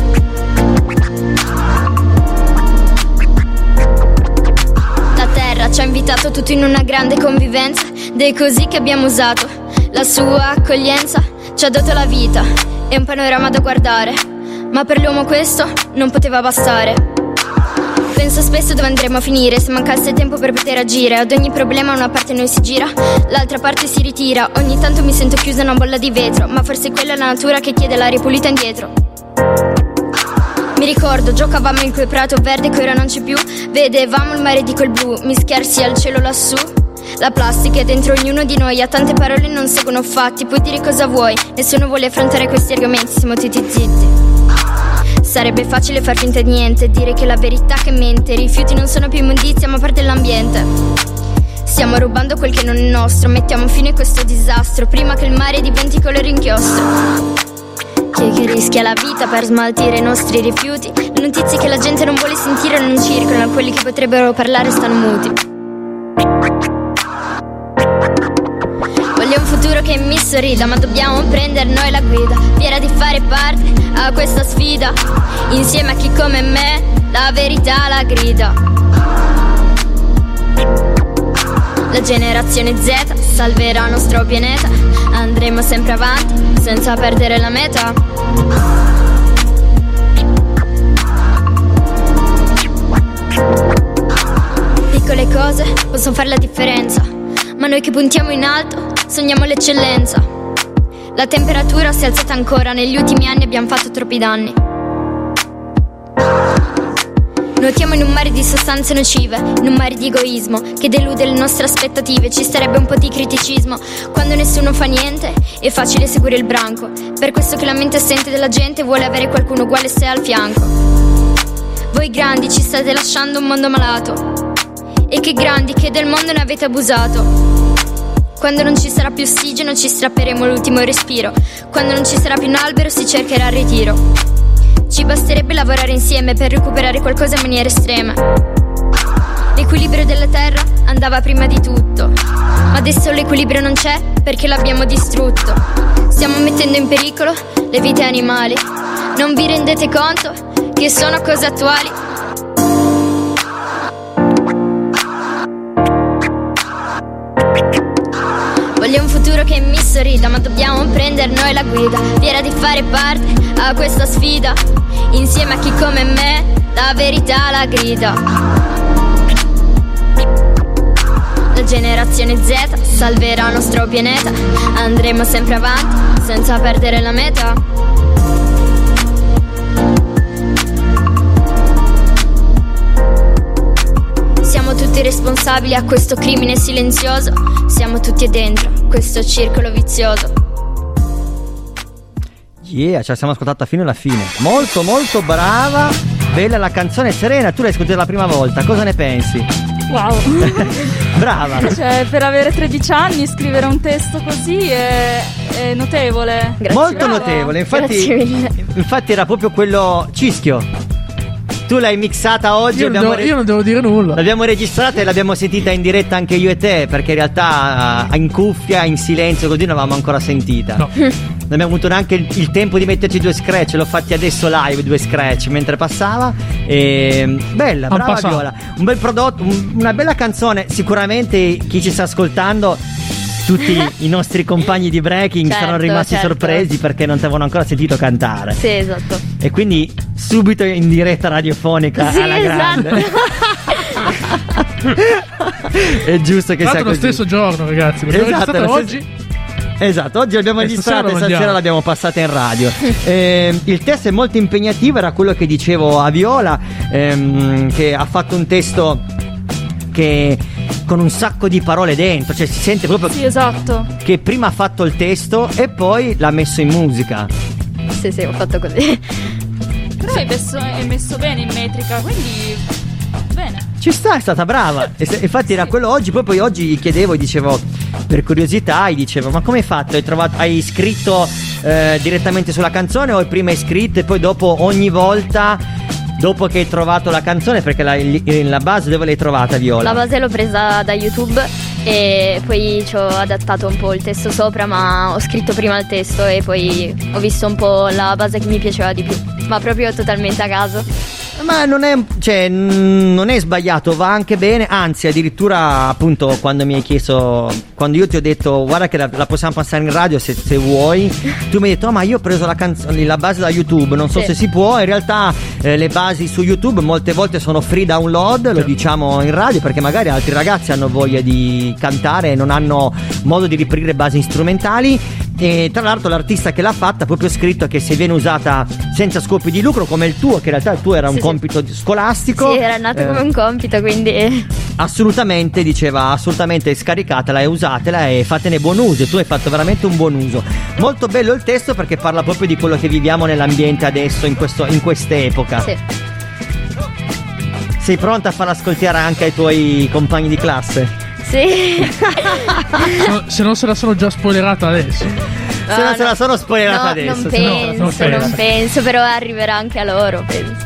La terra ci ha invitato tutto in una grande convivenza ed è così che abbiamo usato la sua accoglienza, ci ha dato la vita e un panorama da guardare, ma per l'uomo questo non poteva bastare. Penso spesso dove andremo a finire se mancasse tempo per poter agire. Ad ogni problema una parte noi si gira, l'altra parte si ritira. Ogni tanto mi sento chiusa in una bolla di vetro, ma forse quella è la natura che chiede l'aria pulita indietro. Mi ricordo, giocavamo in quel prato verde che ora non c'è più. Vedevamo il mare di quel blu mischiarsi al cielo lassù. La plastica è dentro ognuno di noi, ha tante parole non seguono fatti. Puoi dire cosa vuoi, nessuno vuole affrontare questi argomenti, siamo tutti zitti. Sarebbe facile far finta di niente, dire che la verità che mente. I rifiuti non sono più immondizia ma parte dell'ambiente. Stiamo rubando quel che non è nostro, mettiamo fine a questo disastro prima che il mare diventi colore inchiostro. Chi è che rischia la vita per smaltire i nostri rifiuti? Le notizie che la gente non vuole sentire non circolano, quelli che potrebbero parlare stanno muti. Voglio un futuro che mi sorrida, ma dobbiamo prendere noi la guida. Fiera di fare parte a questa sfida, insieme a chi come me la verità la grida. La generazione Z salverà il nostro pianeta, andremo sempre avanti senza perdere la meta. Piccole cose possono fare la differenza, ma noi che puntiamo in alto sogniamo l'eccellenza. La temperatura si è alzata ancora, negli ultimi anni abbiamo fatto troppi danni. Nuotiamo in un mare di sostanze nocive, in un mare di egoismo che delude le nostre aspettative. Ci sarebbe un po' di criticismo quando nessuno fa niente, è facile seguire il branco. Per questo che la mente assente della gente vuole avere qualcuno uguale a sé al fianco. Voi grandi ci state lasciando un mondo malato, e che grandi che del mondo ne avete abusato. Quando non ci sarà più ossigeno ci strapperemo l'ultimo respiro, quando non ci sarà più un albero si cercherà il ritiro. Ci basterebbe lavorare insieme per recuperare qualcosa in maniera estrema. L'equilibrio della terra andava prima di tutto, ma adesso l'equilibrio non c'è perché l'abbiamo distrutto. Stiamo mettendo in pericolo le vite animali. Non vi rendete conto che sono cose attuali? Voglio un futuro che mi sorrida, ma dobbiamo prendere noi la guida. Fiera di fare parte a questa sfida, insieme a chi come me la verità la grida. La generazione Z salverà il nostro pianeta, andremo sempre avanti senza perdere la meta. Siamo tutti responsabili a questo crimine silenzioso, siamo tutti dentro questo circolo vizioso. Yeah, ce la siamo ascoltata fino alla fine. Molto molto brava, bella la canzone. Serena, tu l'hai ascoltata la prima volta, cosa ne pensi? Wow. Brava. Cioè, per avere tredici anni scrivere un testo così è, è notevole. Grazie. Molto Brava. notevole, infatti, Grazie mille. infatti era proprio quello Cischio. Tu l'hai mixata oggi. Io, non abbiamo devo, re- io non devo dire nulla. L'abbiamo registrata e l'abbiamo sentita in diretta anche io e te, perché in realtà in cuffia, in silenzio, così non l'avevamo ancora sentita. No. Non abbiamo avuto neanche il, il tempo di metterci due scratch, l'ho fatti adesso live, due scratch mentre passava. E bella, Han brava passato. Viola. Un bel prodotto, un- una bella canzone. Sicuramente chi ci sta ascoltando, tutti i nostri compagni di Breaking, Certo, saranno rimasti certo. sorpresi perché non ti avevano ancora sentito cantare. Sì, esatto. E quindi subito in diretta radiofonica Sì, alla grande. È giusto che Tra sia l'altro lo così. stesso giorno, ragazzi. Perché Esatto, registrata lo oggi. stesso- Esatto, oggi l'abbiamo E registrata stasera e lo stasera mandiamo. l'abbiamo passata in radio. Eh, il testo è molto impegnativo, era quello che dicevo a Viola, ehm, che ha fatto un testo che con un sacco di parole dentro, cioè si sente proprio Sì, esatto. che prima ha fatto il testo e poi l'ha messo in musica. Sì, sì, ho fatto così. Però è messo, è messo bene in metrica, quindi bene. Ci sta, è stata brava. E se- infatti era quello oggi. Poi, poi oggi gli chiedevo, dicevo per curiosità, gli dicevo: ma come hai fatto? Hai trovato, hai scritto eh, direttamente sulla canzone o prima hai scritto e poi dopo ogni volta, dopo che hai trovato la canzone, perché la, il- la base dove l'hai trovata, Viola? La base l'ho presa da YouTube e poi ci ho adattato un po' il testo sopra, ma ho scritto prima il testo e poi ho visto un po' la base che mi piaceva di più, ma proprio totalmente a caso. Ma non è, cioè, non è sbagliato, va anche bene, anzi addirittura appunto quando mi hai chiesto, quando io ti ho detto guarda che la, la possiamo passare in radio se, se vuoi, tu mi hai detto oh, ma io ho preso la, canzone, la base da YouTube, non so sì. se si può, in realtà eh, le basi su YouTube molte volte sono free download, lo diciamo in radio perché magari altri ragazzi hanno voglia di cantare e non hanno modo di riprendere basi strumentali. E tra l'altro l'artista che l'ha fatta ha proprio scritto che se viene usata senza scopi di lucro come il tuo, che in realtà il tuo era un sì, compito sì. scolastico, sì, era nato eh, come un compito, quindi assolutamente, diceva, assolutamente scaricatela e usatela e fatene buon uso, e tu hai fatto veramente un buon uso. Molto bello il testo perché parla proprio di quello che viviamo nell'ambiente adesso in, questo, in quest'epoca. Sì. Sei pronta a farla ascoltare anche ai tuoi compagni di classe? Sì. No, se non se la sono già spoilerata adesso. Se non no, se la sono spoilerata no, adesso. non se no- penso, non penso. non penso, però arriverà anche a loro, penso.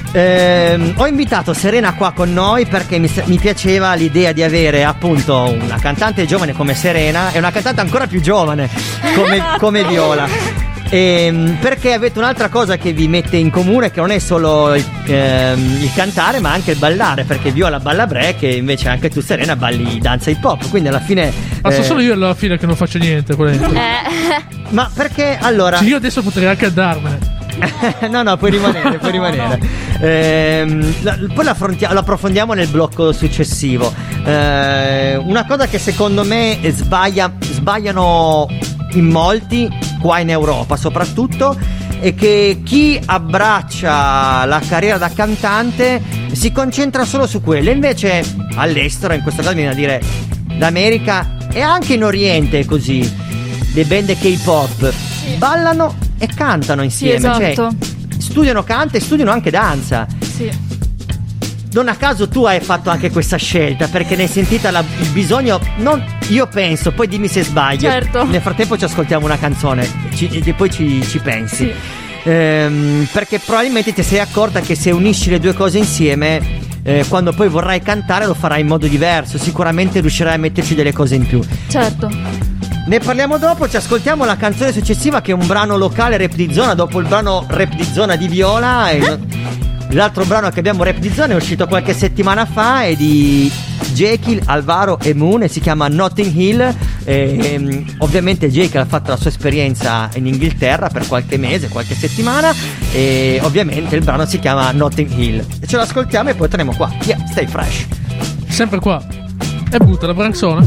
Ehm, ho invitato Serena qua con noi perché mi, mi piaceva l'idea di avere appunto una cantante giovane come Serena e una cantante ancora più giovane come, come Viola. Ehm, perché avete un'altra cosa che vi mette in comune, che non è solo il, ehm, il cantare ma anche il ballare, perché Viola balla break e invece anche tu Serena balli danza hip hop, quindi alla fine Ma sono eh, solo io alla fine che non faccio niente qua dentro. Eh. ma perché allora Cioè, io adesso potrei anche andarmene. no no puoi rimanere puoi rimanere Ehm, la- poi lo, affrontia- lo approfondiamo nel blocco successivo. Eh, una cosa che secondo me sbaglia, sbagliano in molti qua in Europa soprattutto è che chi abbraccia la carriera da cantante si concentra solo su quello, invece all'estero, in questo caso viene a dire l'America e anche in Oriente è così, le band K-pop ballano e cantano insieme, Sì, esatto. cioè studiano canto e studiano anche danza. Sì. Non a caso tu hai fatto anche questa scelta perché ne hai sentita la- il bisogno, non io penso, poi dimmi se sbaglio. Certo. Nel frattempo ci ascoltiamo una canzone ci- e poi ci, ci pensi. Sì. Ehm, perché probabilmente ti sei accorta che se unisci le due cose insieme, eh, quando poi vorrai cantare lo farai in modo diverso, sicuramente riuscirai a metterci delle cose in più. Certo. Ne parliamo dopo, ci ascoltiamo la canzone successiva che è un brano locale rap di zona, dopo il brano rap di zona di Viola. E l'altro brano che abbiamo rap di zona è uscito qualche settimana fa, è di Jekyll, Alvaro e Moon e si chiama Notting Hill. E, ehm, ovviamente Jekyll ha fatto la sua esperienza in Inghilterra per qualche mese, qualche settimana, e ovviamente il brano si chiama Notting Hill. E ce lo ascoltiamo e poi torniamo qua. Yeah, stay fresh. Sempre qua. E butta la branzona.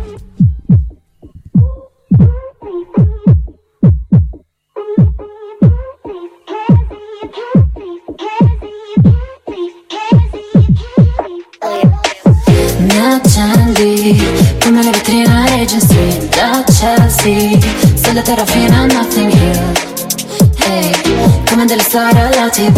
Mi accendi come le vetrine Regency da Chelsea, sulla terra fino a Notting Hill. Hey, come delle storie alla tivù.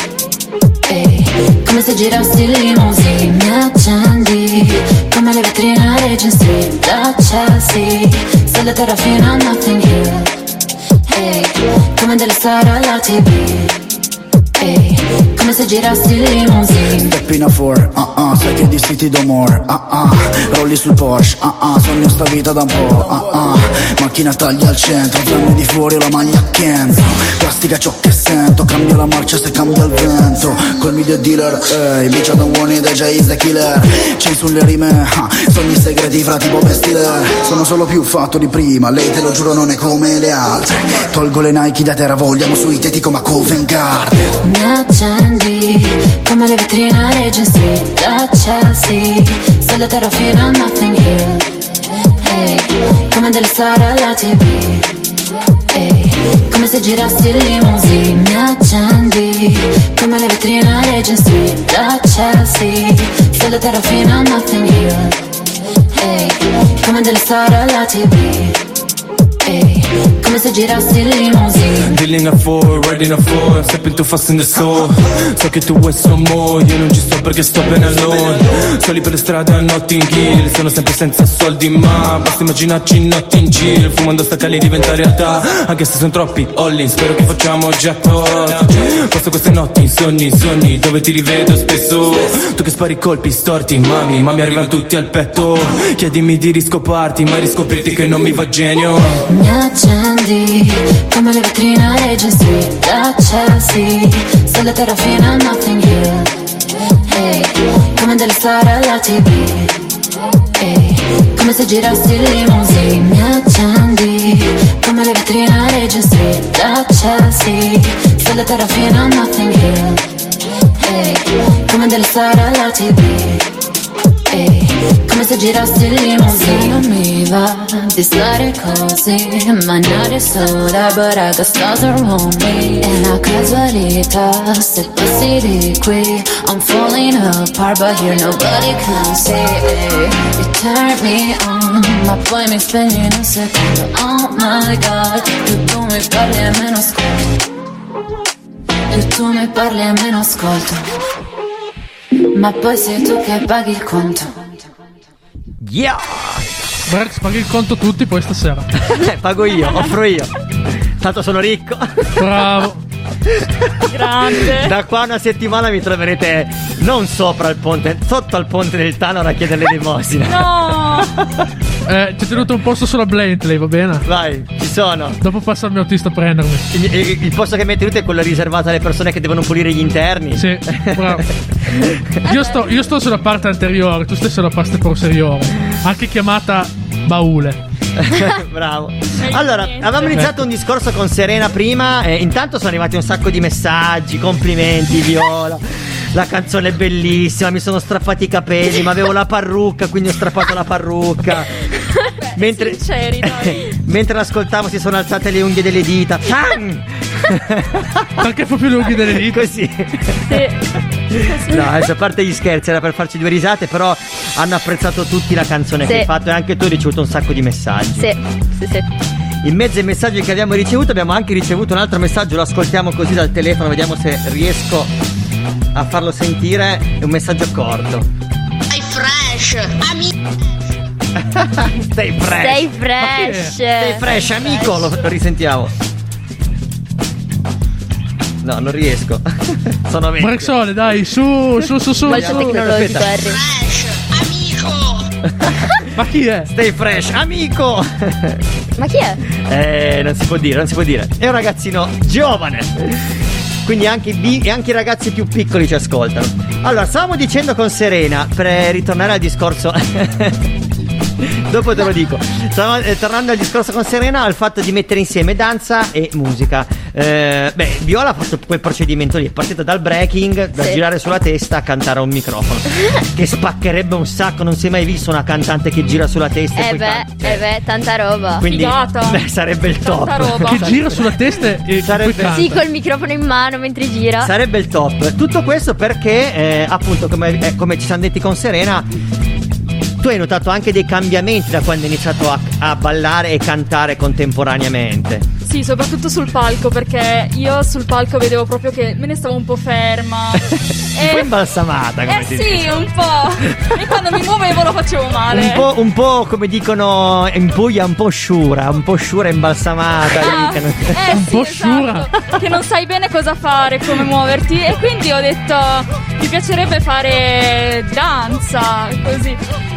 Hey, come se girassi in limousine. Mi accendi come le vetrine Regency da Chelsea, sulla terra fino a Notting Hill. Hey, come delle storie alla tivù. Hey, come se girassi in limousine. Stepping a four, ah ah, sai che di City do more, ah ah, rolli sul Porsche, ah ah, sogno sta vita da un po', ah ah, macchina taglia al centro, zanne di fuori la maglia a Kenzo, plastica ciò che sento, cambia la marcia se cambia il vento, col media dealer, ehi, bicia da uomini da Jay is the killer, c'è sulle rime, ah, sogni segreti fra tipo bestiller, sono solo più fatto di prima, lei te lo giuro non è come le altre, tolgo le Nike da terra, vogliamo sui tetti come a Covent Garden. Mi accendi come le vetrine Regency da Chelsea, sulla terra fino a Notting Hill. Hey, come delle storie alla tivù. Hey, come se girassi in limousine. Mi accendi come le vetrine Regency da Chelsea, sulla terra fino a Notting Hill. Hey, come delle storie alla tivù. Hey, come se girassi in limousine. Dealing a four, riding a four, stepping too fast in the store. So che tu vuoi some more, io non ci sto perché sto bene alone. Soli per le strade a Notting Hill, sono sempre senza soldi ma basta immaginarci in Notting Hill. Fumando sta cali diventa realtà, anche se sono troppi all-in, spero che facciamo jackpot. Passo queste notti in sogni, sogni, dove ti rivedo spesso. Tu che spari colpi storti, mami, ma mi arrivano tutti al petto. Chiedimi di riscoparti, ma riscoprirti che non mi va genio. Mi accendi accendi come le vetrine a Regent Street da Chelsea. Se la terra fina, nothing here. Hey, come delle star alla tivù. Hey, come se girassi il limousine. Mi accendi come le vetrine a Regent Street da Chelsea. Se la terra fina, nothing here. Hey, come delle star alla tivù. Hey, come se girassi il limousine. Se non mi va di stare così, mangiare soda, but I got stars around me. È una casualità se passi di qui. I'm falling apart but here nobody can see. Hey, you turn me on, ma poi mi spegni in un secondo. Oh my god, e tu mi parli e meno ascolto. E tu mi parli e meno ascolto. Ma poi sei tu che paghi il conto. Yeah! Brex, paghi il conto tutti poi stasera. Pago io, offro io. Tanto sono ricco. Bravo. Grande. Da qua a una settimana mi troverete non sopra il ponte, sotto al ponte del Tanaro a chiedere l'elemosina. No. Eh, ci è tenuto un posto solo a Blentley, va bene? Vai, ci sono. Dopo passa il mio autista a prendermi. Il, il, il posto che mi hai tenuto è quello riservato alle persone che devono pulire gli interni. Sì, bravo. Io sto, io sto sulla parte anteriore, tu stai sulla parte posteriore. Anche chiamata baule. Bravo. Allora, avevamo iniziato un discorso con Serena prima e intanto sono arrivati un sacco di messaggi, complimenti Viola. La canzone è bellissima, mi sono strappati i capelli, ma avevo la parrucca, quindi ho strappato la parrucca. Beh, mentre, sinceri, dai. mentre l'ascoltavo si sono alzate le unghie delle dita. Perché proprio le unghie delle dita? Così. Sì. No, adesso a parte gli scherzi, era per farci due risate, però hanno apprezzato tutti la canzone Sì. che hai fatto e anche tu hai ricevuto un sacco di messaggi. Sì, sì, sì. In mezzo ai messaggi che abbiamo ricevuto abbiamo anche ricevuto un altro messaggio, lo ascoltiamo così dal telefono, vediamo se riesco a farlo sentire. È un messaggio corto. Stay fresh, amico. Stay fresh. Stay fresh. Stay fresh, amico. Lo, lo risentiamo. No, non riesco. Sono vecchio. Brexole, dai, su, su, su, su. Molto su. tecnologico, Harry. Fresh, amico. Ma chi è? Stay fresh, amico. Ma chi è? Eh, non si può dire, non si può dire. È un ragazzino giovane. Quindi anche i, bi- e anche i ragazzi più piccoli ci ascoltano. Allora, stavamo dicendo con Serena, per ritornare al discorso. Dopo te lo dico. Stavamo eh, tornando al discorso con Serena, al fatto di mettere insieme danza e musica. Eh, beh, Viola ha fatto quel procedimento lì, è partita dal breaking, da Sì. girare sulla testa a cantare a un microfono. Che spaccherebbe un sacco, non si è mai visto una cantante che gira sulla testa e Eh poi beh, canta. eh beh, tanta roba. Quindi Figata. beh, sarebbe il top. Tanta roba. Che gira sulla testa e Sarebbe- poi canta. Sì, col microfono in mano mentre gira. Sarebbe il top. Tutto questo perché, eh, appunto, come, eh, come ci siamo detti con Serena, tu hai notato anche dei cambiamenti da quando hai iniziato a, a ballare e cantare contemporaneamente. Sì, soprattutto sul palco, perché io sul palco vedevo proprio che me ne stavo un po' ferma. Un po' imbalsamata, come Eh ti sì, dico. un po'. E quando mi muovevo lo facevo male. Un po', un po' come dicono in Puglia, un po' sciura, un po' sciura imbalsamata. Ah, lì, che non- eh, Un sì, po' esatto, sciura. che non sai bene cosa fare, come muoverti. E quindi ho detto, mi piacerebbe fare danza, così.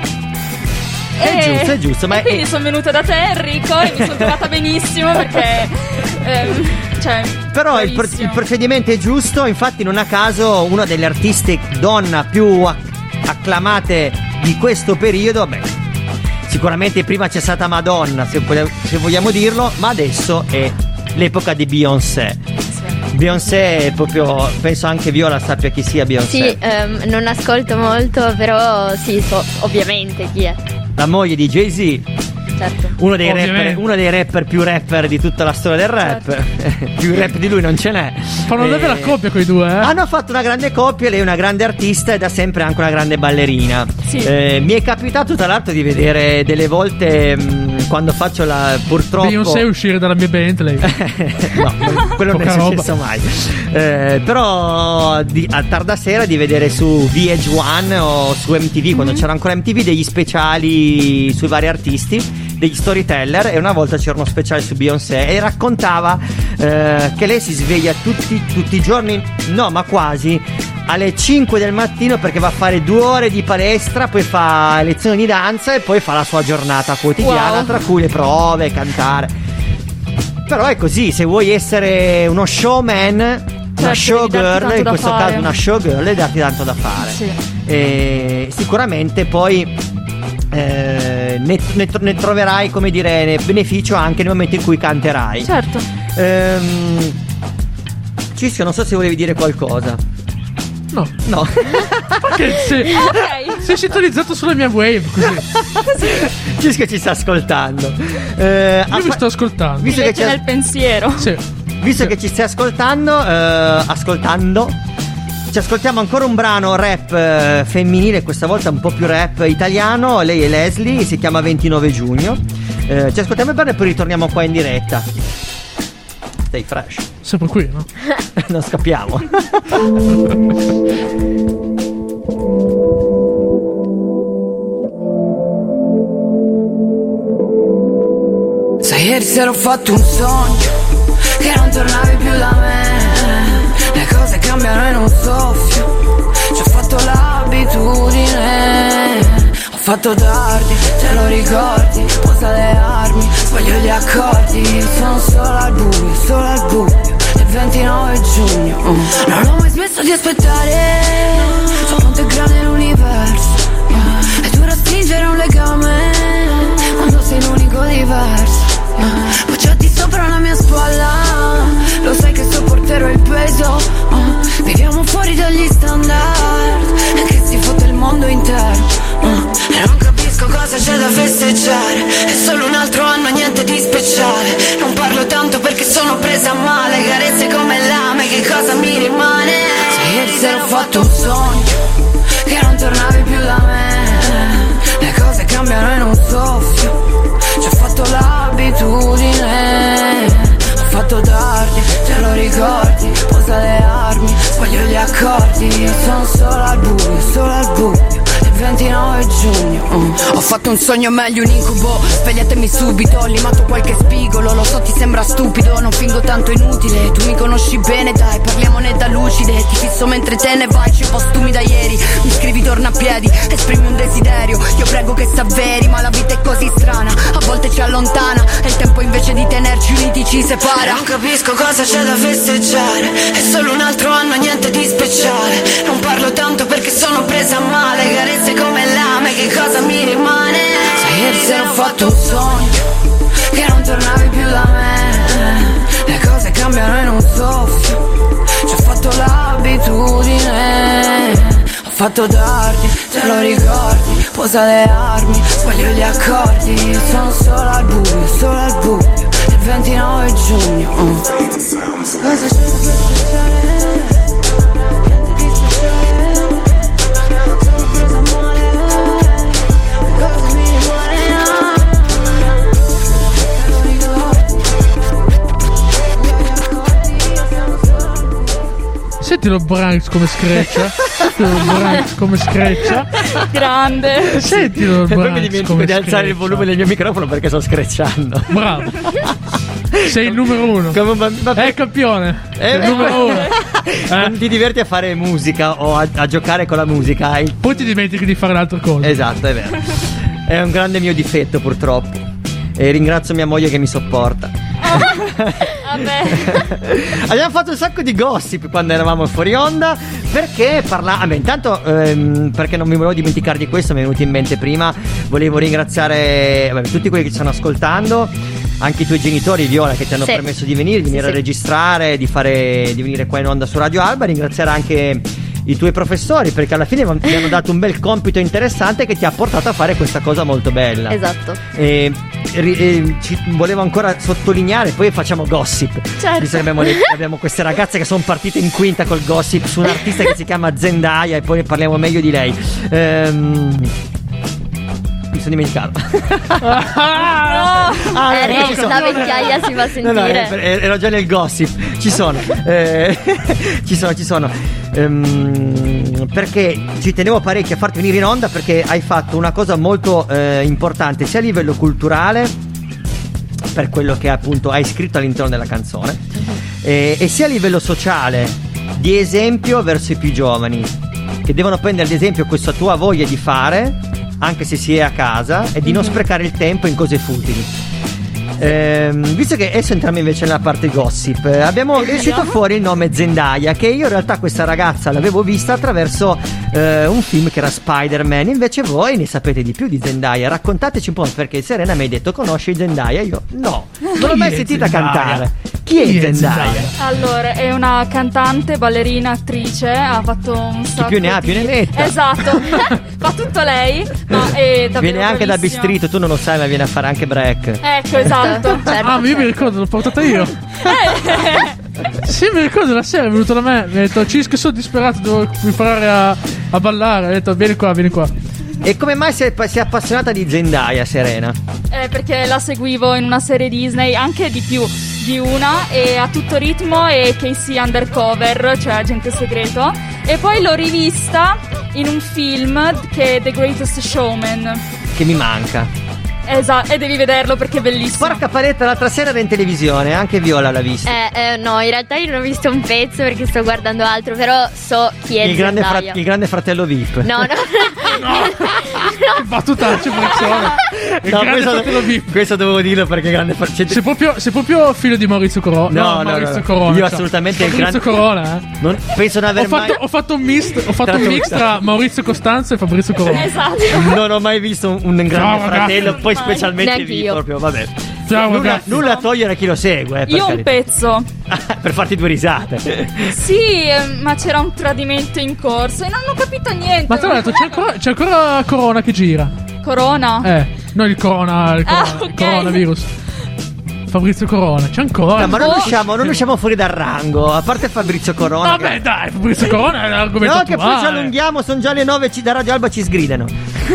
È giusto, è giusto, ma e quindi è- sono venuta da te, Enrico, e mi sono trovata benissimo perché ehm, cioè, Però il, pro- bravissimo. il procedimento è giusto, infatti non a caso una delle artiste donna più a- acclamate di questo periodo, beh, sicuramente prima c'è stata Madonna, se, vole- se vogliamo dirlo, ma adesso è l'epoca di Beyoncé. Beyoncé è proprio, penso anche Viola sappia chi sia Beyoncé. Sì, ehm, non ascolto molto, però sì, so ovviamente chi è. La moglie di Jay-Z, Certo. uno dei, Ovviamente. rapper, uno dei rapper più rapper di tutta la storia del rap. Più rap di lui non ce n'è. Fanno una Eh, bella coppia quei due, eh. Hanno fatto una grande coppia, lei è una grande artista e da sempre anche una grande ballerina. Sì. Eh, mi è capitato tra l'altro di vedere delle volte mh, quando faccio la purtroppo Beyoncé uscire dalla mia Bentley. no, non- quello non è Poca roba. successo mai. Eh, però di- a tarda sera di vedere su V H uno o su M T V, quando c'era ancora M T V, degli speciali sui vari artisti, degli storyteller, e una volta c'era uno speciale su Beyoncé e raccontava eh, che lei si sveglia tutti, tutti i giorni, no ma quasi, alle cinque del mattino perché va a fare due ore di palestra, poi fa lezioni di danza e poi fa la sua giornata quotidiana, Wow. tra cui le prove, cantare. Però è così, se vuoi essere uno showman, una Certo, showgirl, devi darti tanto in da questo fare. caso una showgirl, devi darti tanto da fare. Sì. E sicuramente poi eh, ne, ne, ne troverai, come dire, beneficio anche nel momento in cui canterai. Certo. Ehm, Cisco, non so se volevi dire qualcosa. No. No. Che sei, Ok. sei sintonizzato sulla mia wave così. Cisco ci sta ascoltando. Eh, Io mi sto ascoltando. Visto che, Legge ci, nel pensiero. Sì. visto Sì. che ci stai ascoltando, eh, ascoltando, ci ascoltiamo ancora un brano rap eh, femminile, questa volta un po' più rap italiano. Lei è Leslie, si chiama ventinove giugno. Eh, ci ascoltiamo il brano e poi ritorniamo qua in diretta. Stay fresh. Sempre qui, no? Non scappiamo. Sai, ieri sera ho fatto un sogno che non tornavi più da me. Le cose cambiano in un soffio. Ci ho fatto l'abitudine. Ho fatto tardi, te lo ricordi. Posa le armi, sbaglio gli accordi. Sono solo al buio, solo al buio. Del ventinove giugno. uh. Non ho mai smesso di aspettare. So quanto è grande l'universo. uh. È dura stringere un legame quando sei l'unico diverso. uh. Poggiati sopra la mia spalla. Lo sai che sopporterò il peso. uh. Viviamo fuori dagli standard e che si fotte il mondo intero. uh. E non capisco cosa c'è da festeggiare. È solo un altro anno, niente di speciale. Non parlo tanto perché sono presa male. Carezze come lame, che cosa mi rimane? Se ieri sera ho fatto un sogno che non tornavi più da me. Le cose cambiano in un soffio. Ci ho fatto l'abitudine. Ho fatto tardi, te lo ricordi. Posa le armi, sbaglio gli accordi. Sono solo al buio, solo al buio. ventinove giugno. uh. Ho fatto un sogno meglio un incubo. Svegliatemi subito, ho limato qualche spigolo. Lo so ti sembra stupido, non fingo tanto inutile. Tu mi conosci bene, dai, parliamone da lucide. Ti fisso mentre te ne vai, ci postumi da ieri. Mi scrivi torna a piedi, esprimi un desiderio. Io prego che s'avveri, ma la vita è così strana. A volte ci allontana e il tempo invece di tenerci uniti ci separa. Non capisco cosa c'è da festeggiare. È solo un altro anno, niente di speciale. Non parlo tanto perché sono presa male. Carezze come lame, che cosa mi rimane? Sai, ieri sera ho fatto un sogno che non tornavi più da me. Le cose cambiano in un soffio. Ci ho fatto l'abitudine. Ho fatto tardi, te lo ricordi. Posa le armi, sbaglio gli accordi. Sono solo al buio, solo al buio. Il ventinove giugno. uh. Cosa c'è da festeggiare? Sentilo Branks come screccia. Sentilo Branks come screccia. Grande. Sentilo E poi mi Branks dimentico come di alzare il screccia. volume del mio microfono perché sto screcciando. Bravo. Sei il numero uno. Come un bambino- È il campione. Eh, Sei il numero uno. Quando ti diverti a fare musica o a, a giocare con la musica hai... Poi ti dimentichi di fare l'altra cosa. Esatto, è vero. È un grande mio difetto purtroppo. E ringrazio mia moglie che mi sopporta. Vabbè. Abbiamo fatto un sacco di gossip quando eravamo fuori onda. Perché parla... ah, beh, intanto ehm, perché non mi volevo dimenticare di questo, mi è venuto in mente prima. Volevo ringraziare vabbè, tutti quelli che ci stanno ascoltando. Anche i tuoi genitori, Viola, che ti hanno Sì. permesso di venire, di venire Sì, a sì. registrare, di fare, di venire qua in onda su Radio Alba. Ringraziare anche i tuoi professori, perché alla fine mi hanno dato un bel compito interessante che ti ha portato a fare questa cosa molto bella. Esatto. E, ri- e ci volevo ancora sottolineare, poi facciamo gossip. Certo. Visto che abbiamo, le- abbiamo queste ragazze che sono partite in quinta col gossip su un artista che si chiama Zendaya e poi parliamo meglio di lei. Ehm, mi sono dimenticato. No. Ah, Eh, no, ci sono. la vecchiaia si fa No, no, sentire. eh, ero già nel gossip. Ci sono. Eh, ci sono, ci sono. Ehm, perché ci tenevo parecchio a farti venire in onda perché hai fatto una cosa molto eh, importante sia a livello culturale, per quello che appunto hai scritto all'interno della canzone, e, e sia a livello sociale, di esempio verso i più giovani, che devono prendere ad esempio questa tua voglia di fare, anche se si è a casa, e di non sprecare il tempo in cose futili. ehm, visto che adesso entriamo invece nella parte gossip, eh, abbiamo è uscito fuori il nome Zendaya, che io in realtà questa ragazza l'avevo vista attraverso eh, un film che era Spider-Man. Invece voi ne sapete di più di Zendaya, raccontateci un po', perché Serena mi hai detto conosci Zendaya, io no, non l'ho mai sentita Zendaya? cantare. Chi è, Chi è Zendaya? Zendaya? Allora, è una cantante, ballerina, attrice, ha fatto un sacco più ne ha, di... più ne metta. Esatto, fa tutto lei, ma è davvero Viene anche da bravissima. Bistrito, tu non lo sai, ma viene a fare anche break. Ecco, esatto. Ah, ma io mi ricordo, l'ho portata io. Sì, mi ricordo la sera è venuto da me. Mi ha detto: Cisco, sono disperato, devo imparare a, a ballare. Ha detto: vieni qua, vieni qua. E come mai si è, si è appassionata di Zendaya, Serena? Eh, perché la seguivo in una serie Disney, anche di più di una, e A tutto ritmo e Casey Undercover, cioè Agente Segreto. E poi l'ho rivista in un film che è The Greatest Showman. Che mi manca. Esatto, e devi vederlo perché è bellissimo. Porca paletta, l'altra sera era in televisione, anche Viola l'ha vista. Eh, eh, no, in realtà io non ho visto un pezzo perché sto guardando altro, però so chi è il, grande fra- Zendaya. il grande fratello V I P. No, no. Che battutaccia, persona. Il No, grande questo, fratello V I P. questo dovevo dirlo perché grande fra- c'è- Sei proprio, sei proprio figlio di Maurizio Corona. No, no, Maurizio no. Corona. Io cioè. assolutamente il Fabrizio grande- Corona, eh. non, penso non Ho aver fatto, mai ho fatto un mix, ho fatto Tra un mix tutto. tra Maurizio Costanzo e Fabrizio Corona. Esatto. non ho mai visto un, un grande No, ragazzi. fratello, poi specialmente V I P Neanch'io. proprio, vabbè. Ciao, nulla, ragazzi. nulla a togliere a chi lo segue, eh, per Io un carità. pezzo. Per farti due risate. Sì, eh, ma c'era un tradimento in corso e non ho capito niente. Ma tra l'altro c'è ancora, c'è ancora Corona che gira. Corona? Eh, non il Corona, il, corona, Ah, ok. il coronavirus. Fabrizio Corona, c'è ancora. No, ma non Oh. usciamo, non usciamo fuori dal rango. A parte Fabrizio Corona. Vabbè, che- dai, Fabrizio Corona è un argomento No, che poi ci attuale. allunghiamo, sono già le nove, ci, da Radio Alba ci sgridano.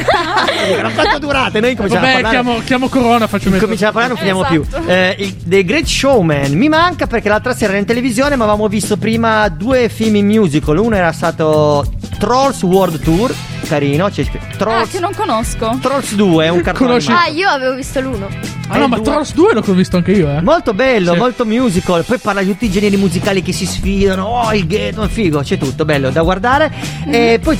Non tanto durate, noi cominciamo a Vabbè, parlare. chiamo, chiamo Corona, faccio mettere. Cominciamo a parlare, non finiamo Esatto. più. Eh, il, The Great Showman mi manca perché l'altra sera era in televisione, ma avevamo visto prima due film in musical. Uno era stato Trolls World Tour, carino. C'è scritto Ah, Trolls, che non conosco. Trolls due, è un cartone Conosci- animato. Ah, io avevo visto l'uno. Ah no, ma due. Trolls due l'ho visto anche io, eh. Molto bello, Sì. molto musical. Poi parla di tutti i generi musicali che si sfidano. Oh, il ghetto, figo, c'è tutto, bello da guardare. E poi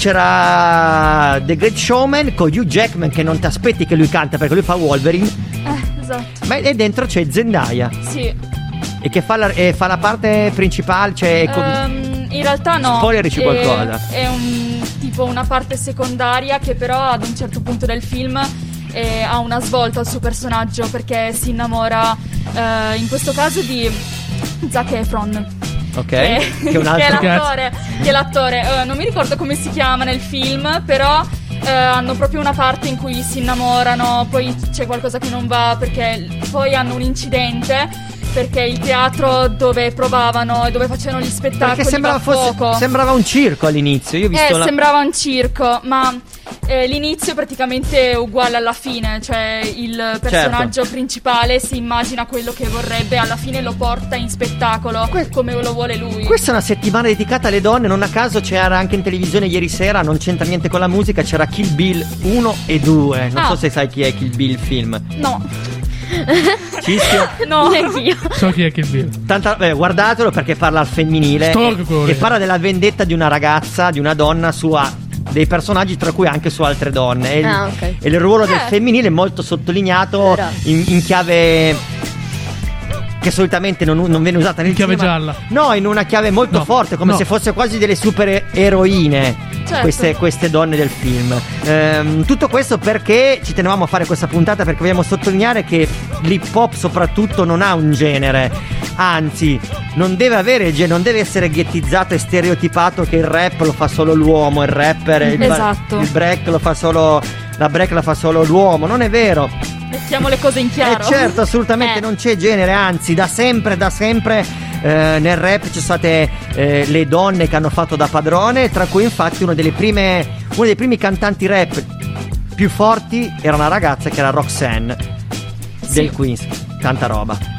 c'era The Great Showman con Hugh Jackman, che non ti aspetti che lui canta perché lui fa Wolverine. Eh, esatto. Ma e dentro c'è Zendaya. Sì. E che fa la, e fa la parte principale, cioè. con- Ehm, in realtà no. Spoilerici È- qualcosa. È un tipo una parte secondaria che però ad un certo punto del film eh, ha una svolta al suo personaggio perché si innamora eh, in questo caso di Zac Efron. Ok. Che, Che è un che altro. è l'attore, che è l'attore. Eh, non mi ricordo come si chiama nel film, però eh, hanno proprio una parte in cui si innamorano, poi c'è qualcosa che non va perché poi hanno un incidente. Perché il teatro dove provavano e dove facevano gli spettacoli Perché sembrava, va a fosse, fuoco. sembrava un circo all'inizio. Io ho visto Eh, la- sembrava un circo, ma eh, l'inizio è praticamente uguale alla fine, cioè il personaggio principale si immagina quello che vorrebbe, alla fine lo porta in spettacolo come lo vuole lui. Questa è una settimana dedicata alle donne. Non a caso c'era anche in televisione ieri sera, non c'entra niente con la musica, c'era Kill Bill uno e due. Non Ah. so se sai chi è Kill Bill il film. No. Cischio? No, neanch'io. So chi è Kill Bill. Tanta, eh, guardatelo perché parla al femminile Storico quello e, lì. e parla della vendetta di una ragazza, di una donna su a- dei personaggi, tra cui anche su altre donne. E, il- Ah, ok. e il ruolo del Eh. femminile è molto sottolineato Però. in, in chiave che solitamente non, non viene usata nel In chiave cinema. gialla. No, in una chiave molto No, forte, come no. se fosse quasi delle super eroine. Certo. Queste, queste donne del film. Ehm, tutto questo perché ci tenevamo a fare questa puntata, perché vogliamo sottolineare che l'hip hop soprattutto non ha un genere, anzi non deve avere genere, non deve essere ghettizzato e stereotipato che il rap lo fa solo l'uomo, il rapper, il, ba- Esatto. il break lo fa solo, la break la fa solo l'uomo. Non è vero. Mettiamo le cose in chiaro. Eh certo, assolutamente Eh. non c'è genere, anzi da sempre, da sempre eh, nel rap ci sono state eh, le donne che hanno fatto da padrone, tra cui infatti uno delle prime, uno dei primi cantanti rap più forti era una ragazza che era Roxanne del Queens, tanta roba.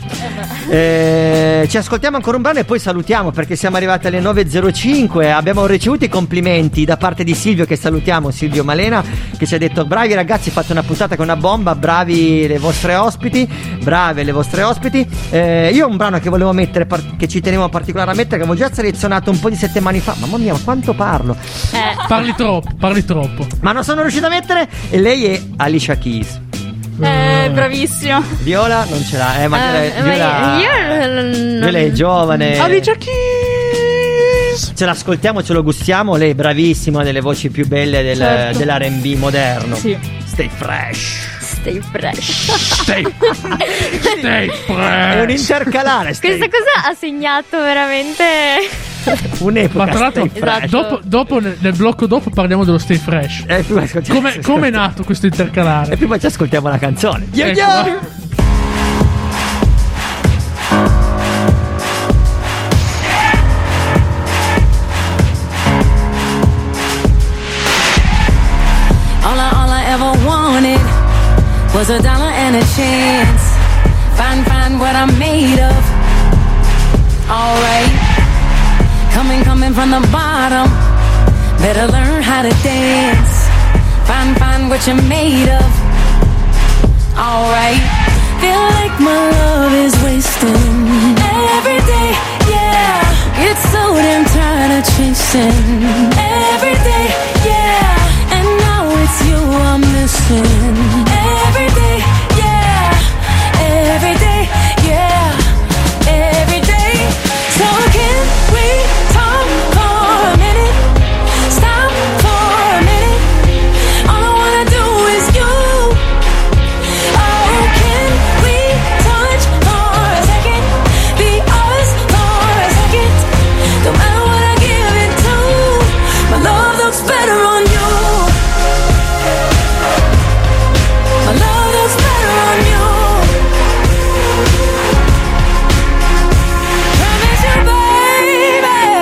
Eh, ci ascoltiamo ancora un brano e poi salutiamo perché siamo arrivati alle nove e zero cinque. Abbiamo ricevuto i complimenti da parte di Silvio, che salutiamo, Silvio Malena, che ci ha detto: bravi ragazzi, fate una puntata che è una bomba, bravi le vostre ospiti, brave le vostre ospiti. Eh, io ho un brano che volevo mettere, par- che ci tenevo particolare a mettere, che avevo già selezionato un po' di settimane fa. Mamma mia, ma quanto parlo! Eh, Parli troppo, parli troppo. Ma non sono riuscito a mettere, e lei è Alicia Keys. Eh, bravissimo. Viola non ce l'ha, eh, ma Eh, Viola, ma Viola, io Viola è giovane. Alicia Keys. Ce l'ascoltiamo, ce lo gustiamo. Lei è bravissima, delle voci più belle del, Certo. dell'R and B moderno. Sì. Stay fresh. Stay fresh. Stay, stay fresh. È un intercalare. Stay Questa cosa ha segnato veramente un'epoca. Ma tra l'altro, Stay fresh. dopo, dopo nel, nel blocco dopo parliamo dello Stay Fresh. Eh, prima ascoltiamo- Come come è nato questo intercalare? E prima ci ascoltiamo la canzone. Yo, Ecco. yo! All I, all I ever wanted was a dollar and a chance. Find, find what I'm made of. Alright. Coming, coming from the bottom. Better learn how to dance. Find, find what you're made of. Alright. Feel like my love is wasting every day, yeah. Get so damn tired of chasing every day, yeah. And now it's you I'm missing every day, yeah. Every day, yeah. Every day. So can we talk for a minute? Stop for a minute. All I wanna do is you. Oh, can we touch for a second? Be us for a second. No matter what I give it to, my love looks better on you. My love looks better on you. Promise you, baby.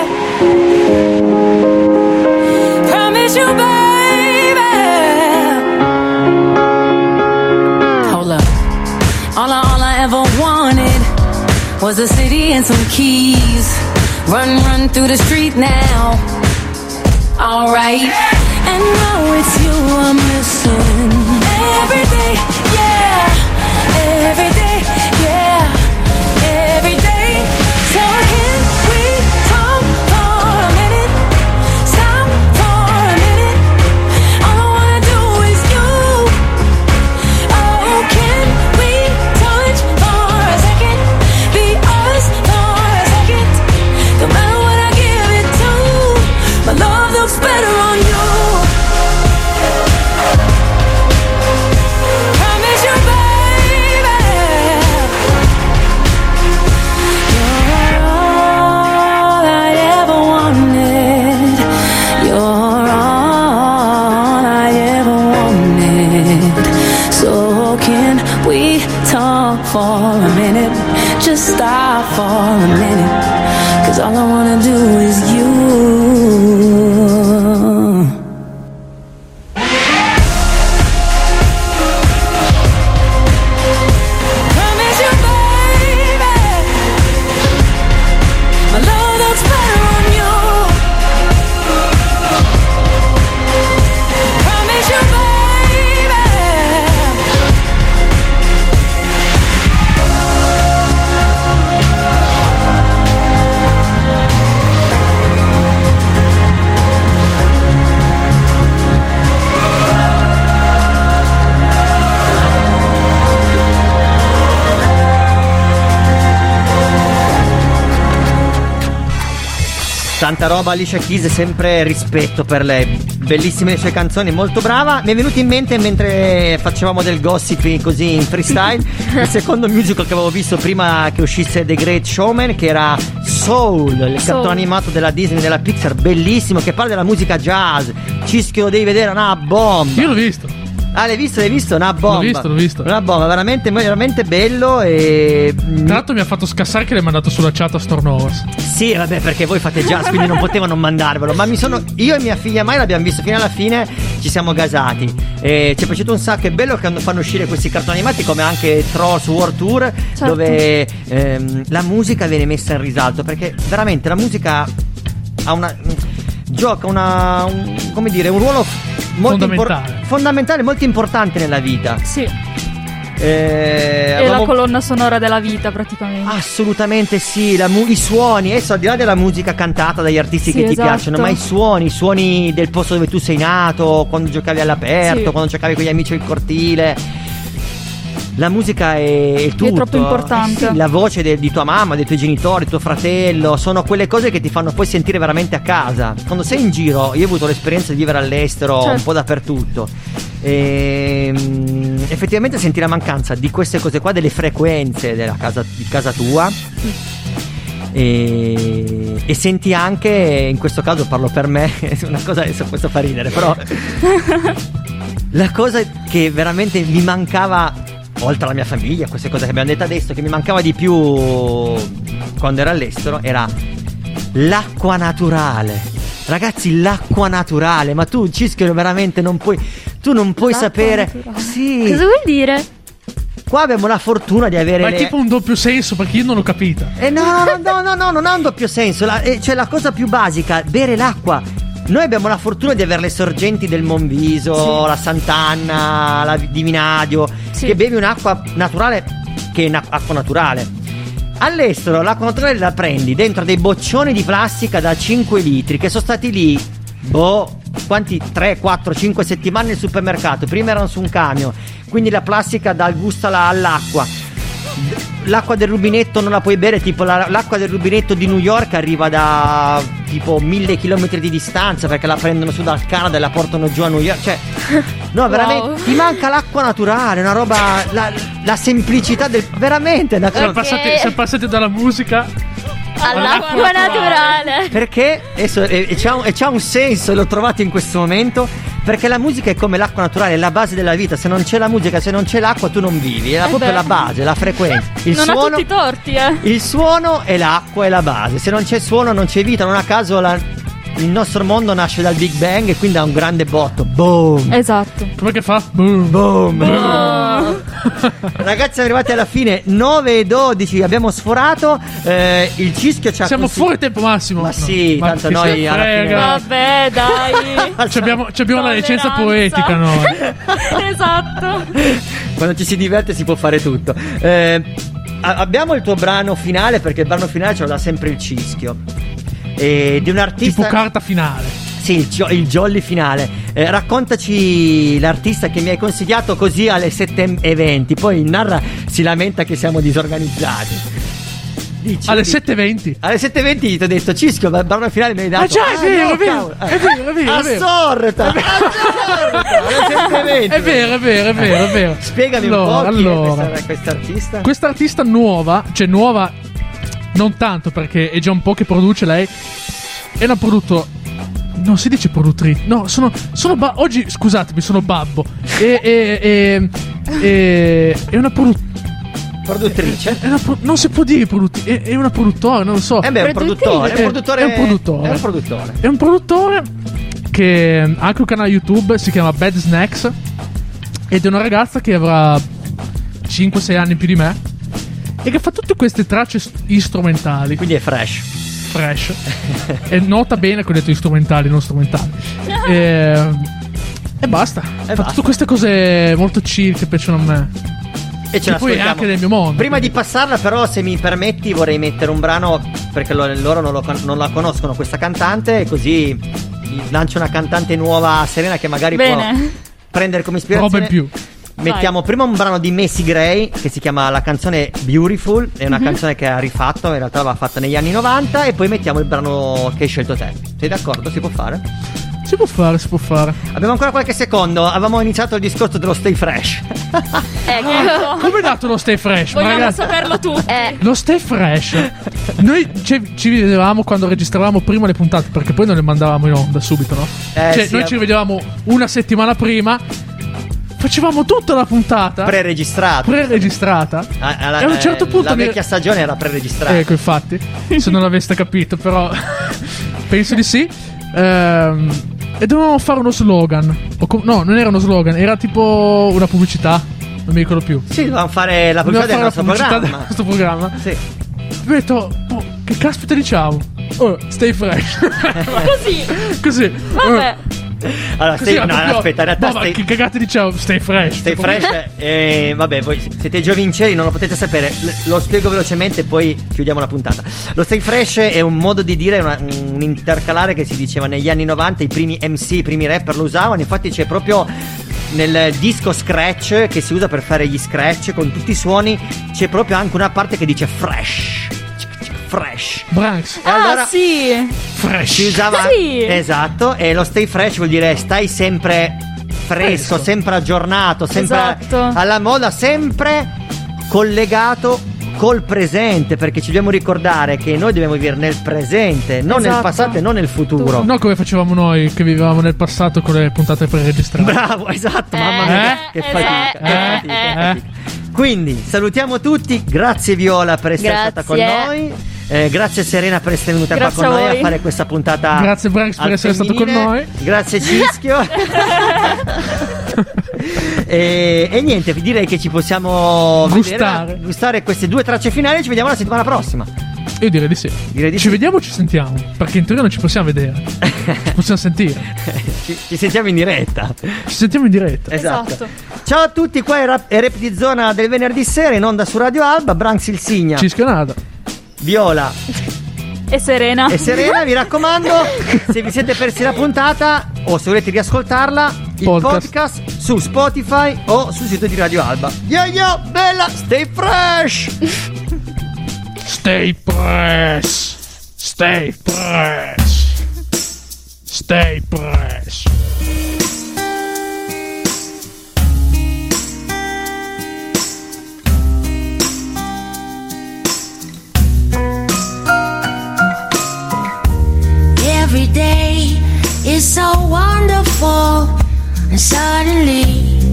Promise you, baby. Hold up. All I, all I ever wanted was a city and some keys. Run, run through the street now. Alright. And now it's you I'm missing every day, yeah. Every day, yeah. Every day. So can we talk for a minute? Stop for a minute. All I wanna do is you. Oh, can we touch for a second? Be us for a second. No matter what I give it to, my love looks better on you. Promise you, baby. You're all I ever wanted. You're all I ever wanted. So can we talk for a minute? Just stop for a minute. 'Cause all I wanna do is you. Promise you, baby. My love looks better on you. Promise you, baby. Tanta roba, Alicia Keys, sempre rispetto per lei. Bellissime le sue canzoni, molto brava. Mi è venuto in mente mentre facevamo del gossip così in freestyle il secondo musical che avevo visto prima che uscisse The Great Showman, che era Soul, il Soul. cartone animato della Disney, della Pixar, bellissimo, che parla della musica jazz. Cischio, lo devi vedere, una bomba. Io l'ho visto. Ah, l'hai visto? L'hai visto? Una bomba. L'ho visto, l'ho visto. Una bomba, veramente, veramente bello. E Tra l'altro mi ha fatto scassare che l'hai mandato sulla chat a Stormnovers. sì, vabbè, perché voi fate jazz, quindi non potevano non mandarvelo. Ma mi sono. Io e mia figlia mai l'abbiamo visto fino alla fine, ci siamo gasati. E ci è piaciuto un sacco. È bello che fanno uscire questi cartoni animati, come anche Trolls World Tour, Certo. dove ehm, la musica viene messa in risalto. Perché veramente la musica ha una. Gioca una. Un, come dire, un ruolo molto Fondamentale. impor- fondamentale, molto importante nella vita. Sì, Eh, è avevamo- la colonna sonora della vita praticamente. Assolutamente sì, la mu- i suoni, adesso al di là della musica cantata dagli artisti Sì, che ti esatto. piacciono, ma i suoni, i suoni del posto dove tu sei nato, quando giocavi all'aperto, Sì. quando giocavi con gli amici al cortile. la musica è, è tutto. È troppo importante. Eh sì, la voce de, di tua mamma, dei tuoi genitori, tuo fratello, sono quelle cose che ti fanno poi sentire veramente a casa. Quando sei in giro, io ho avuto l'esperienza di vivere all'estero, certo, un po' dappertutto. E, um, effettivamente senti la mancanza di queste cose qua, delle frequenze della casa, di casa tua. E, e senti anche, in questo caso parlo per me, una cosa adesso questo fa ridere, però la cosa che veramente mi mancava, oltre alla mia famiglia, queste cose che abbiamo detto adesso, che mi mancava di più quando ero all'estero, era l'acqua naturale. Ragazzi, l'acqua naturale, ma tu, Cischio, veramente non puoi, tu non puoi l'acqua sapere naturale. Sì. Cosa vuol dire? Qua abbiamo la fortuna di avere. Ma è le... tipo un doppio senso, perché io non l'ho capita. Eh no, no, no, no, no, non ha un doppio senso. La, eh, cioè la cosa più basica, bere l'acqua. Noi abbiamo la fortuna di avere le sorgenti del Monviso, sì, la Sant'Anna, la di Vinadio, sì, che bevi un'acqua naturale, che è un'acqua naturale. All'estero l'acqua naturale la prendi dentro dei boccioni di plastica da cinque litri che sono stati lì, boh, quanti? tre, quattro, cinque settimane nel supermercato. Prima erano su un camion, quindi la plastica dà il gusto all'acqua. L'acqua del rubinetto non la puoi bere, tipo la, l'acqua del rubinetto di New York arriva da tipo mille chilometri di distanza, perché la prendono su dal Canada e la portano giù a New York. Cioè, no, veramente, wow, ti manca l'acqua naturale, una roba, la, la semplicità del, veramente da... siamo, okay, passati, siamo passati dalla musica all'acqua, all'acqua naturale. naturale. Perché adesso, e, e, c'ha un, e c'ha un senso, e l'ho trovato in questo momento, perché la musica è come l'acqua naturale, è la base della vita. Se non c'è la musica, se non c'è l'acqua, tu non vivi. È eh proprio beh. la base, la frequenza. Il non suono, ha tutti i torti, eh. Il suono e l'acqua è la base. Se non c'è suono, non c'è vita. Non a caso la, il nostro mondo nasce dal Big Bang e quindi ha un grande botto. Boom. Esatto. Come che fa? Boom. Boom. Boom. Ragazzi, siamo arrivati alla fine, nove e dodici, abbiamo sforato. Eh, il Cischio ci ha siamo consig- fuori tempo massimo. Ma no, sì, ma tanto noi alla fine... Vabbè, dai. Ci abbiamo, ci abbiamo la licenza poetica noi. Esatto. Quando ci si diverte si può fare tutto. Eh, abbiamo il tuo brano finale, perché il brano finale ce lo dà sempre il Cischio. E di un artista... tipo carta finale. Sì, il, gio- il jolly finale. Eh, raccontaci l'artista che mi hai consigliato, così alle sette e venti. Poi Narra si lamenta che siamo disorganizzati. Dici, alle dici. sette e venti. Alle sette e venti ti ho detto: Cischio, il brano finale mi hai dato. Ah già, è ah, vero, no, è vero, eh. è vero, è vero, è vero. Assorta, assorta, alle sette e venti. È vero, è vero, è vero, è vero. Spiegami allora, un po' chi allora. è questa, questa artista. Questa artista nuova, cioè nuova non tanto, perché è già un po' che produce lei. È una produtto. Non si dice produttrice. No, sono. sono ba- oggi, scusatemi, sono babbo. E. e, e, e è una produttrice. Produttrice? È una pro- non si può dire produttrice. È, è una produttore, non lo so. Eh beh, è un produttore. È un produttore. È un produttore. È un produttore. È un produttore che ha anche un canale YouTube, si chiama Bad Snacks. Ed è una ragazza che avrà cinque sei anni più di me. E che fa tutte queste tracce strumentali. Quindi è fresh. Fresh. E nota bene che ho detto strumentali, non strumentali. E, e basta. E Fa basta. tutte queste cose molto chill che piacciono a me. E ce e poi è anche nel mio mondo. Prima quindi. di passarla, però, se mi permetti, vorrei mettere un brano, perché lo, loro non, lo, non la conoscono, questa cantante, e così lancio una cantante nuova, Serena, che magari bene. può prendere come ispirazione. Roba in più. Mettiamo Vai. prima un brano di Macy Gray che si chiama la canzone Beautiful. È una Mm-hmm. canzone che ha rifatto, in realtà l'aveva fatta negli anni novanta. E poi mettiamo il brano che hai scelto te. Sei d'accordo? Si può fare? Si può fare, si può fare. Abbiamo ancora qualche secondo. Avevamo iniziato il discorso dello Stay Fresh. Ecco. Come è dato lo Stay Fresh? Vogliamo ragazzi? saperlo tutti. Eh, Lo Stay Fresh. Noi ci, ci vedevamo quando registravamo prima le puntate, perché poi non le mandavamo in onda subito, no? Eh, cioè, sì, noi eh. ci rivedevamo una settimana prima. Facevamo tutta la puntata Pre-registrato. pre-registrata. Ah, alla- E a un certo eh, punto la mi- vecchia stagione era pre-registrata. Ecco, infatti, se non l'aveste capito, però penso di sì. Ehm, e dovevamo fare uno slogan. O com- no, non era uno slogan, era tipo una pubblicità. Non mi ricordo più. Sì, dovevamo fare la pubblicità del nostro Dovevamo fare la programma. pubblicità del nostro programma. Sì. Ho detto, boh, che caspita diciamo? Oh, stay fresh. Così. Così. Vabbè. Allora, Così, stai, no, proprio- aspetta, in realtà boh, ma stai, che cagate diciamo? Stay fresh. Stay fresh. eh, vabbè, voi siete giovincelli, non lo potete sapere. L- lo spiego velocemente e poi chiudiamo la puntata. Lo stay fresh è un modo di dire, una- un intercalare che si diceva negli anni novanta. I primi M C, i primi rapper lo usavano. Infatti c'è proprio nel disco scratch che si usa per fare gli scratch con tutti i suoni, c'è proprio anche una parte che dice fresh. Fresh. Branks. E allora ah, sì. Fresh. Si usava, sì. esatto, e lo stay fresh vuol dire stai sempre fresco, Fresco. sempre aggiornato, sempre Esatto. alla moda, sempre collegato col presente, perché ci dobbiamo ricordare che noi dobbiamo vivere nel presente, non nel Esatto. passato e non nel futuro. No, come facevamo noi che vivevamo nel passato con le puntate preregistrate. Bravo, esatto, mamma Eh, mia, che eh, fatica, eh, che eh, fatica, che eh. fatica. Quindi salutiamo tutti, grazie Viola per essere Grazie. stata con noi. Eh, grazie Serena per essere venuta Grazie qua con a noi a voi. fare questa puntata. Grazie Branks per al essere stato con femminile. noi. Grazie Cischio. e, e niente, direi che ci possiamo Gustare. vedere, gustare queste due tracce finali e ci vediamo la settimana prossima. Io direi di sì. Direi di ci sì. vediamo o ci sentiamo? Perché in teoria non ci possiamo vedere. Ci possiamo sentire. ci, ci sentiamo in diretta. Ci sentiamo in diretta. Esatto. Esatto. Ciao a tutti, qua è Rap, è Rap di Zona del venerdì sera in onda su Radio Alba. Branks il Signa, Cischionata. Viola E Serena. e Serena, vi raccomando, se vi siete persi la puntata o se volete riascoltarla, il Podcast. podcast, su Spotify o sul sito di Radio Alba. Yo yo, bella, stay fresh! Stay fresh. Stay fresh. Stay fresh. Every day is so wonderful, and suddenly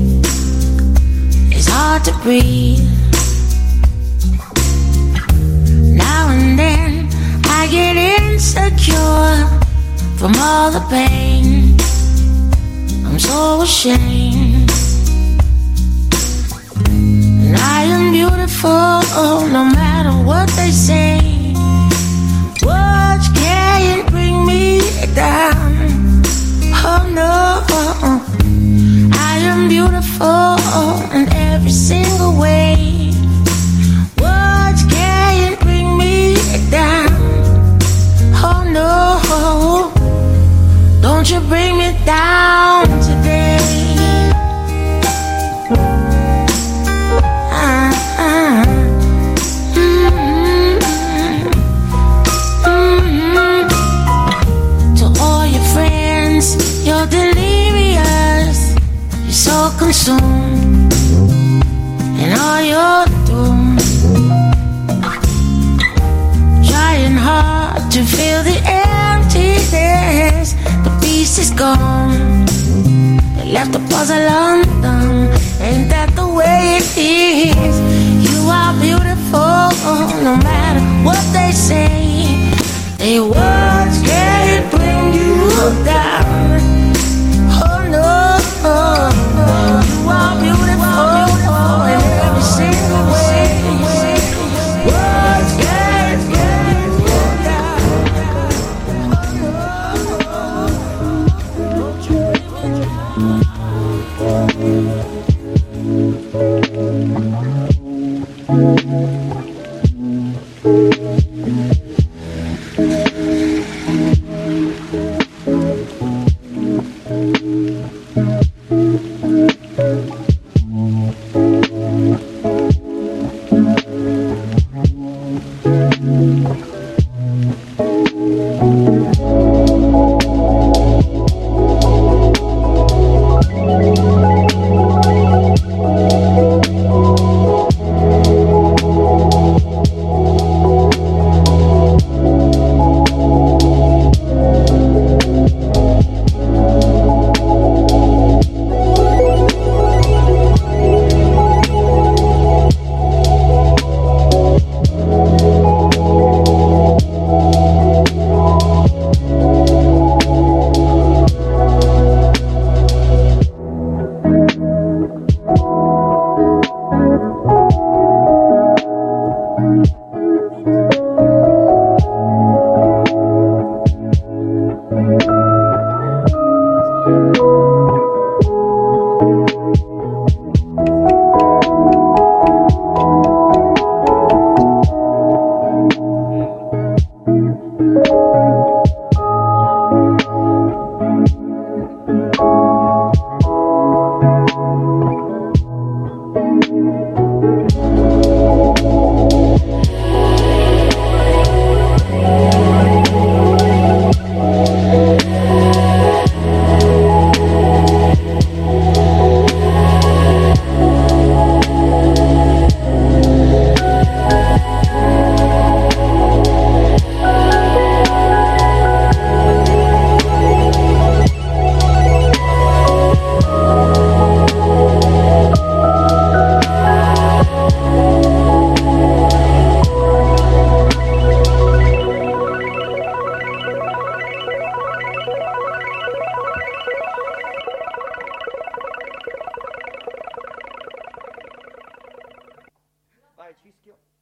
it's hard to breathe. Now and then I get insecure from all the pain. I'm so ashamed, and I am beautiful no matter what they say. Words can't bring me down. Oh no, I am beautiful in every single way. Words can't bring me down. Oh no, don't you bring me down today. Ah, ah. Mm-hmm. Mm-hmm. To all your friends, you're delirious. You're so consumed in all your doom, trying hard to fill the emptiness. The peace is gone. They left the puzzle undone. Ain't that the way it is? You are beautiful no matter what they say. Their words can't bring you down. Oh no, you are beautiful in every single way. Words can't bring you down. rischio.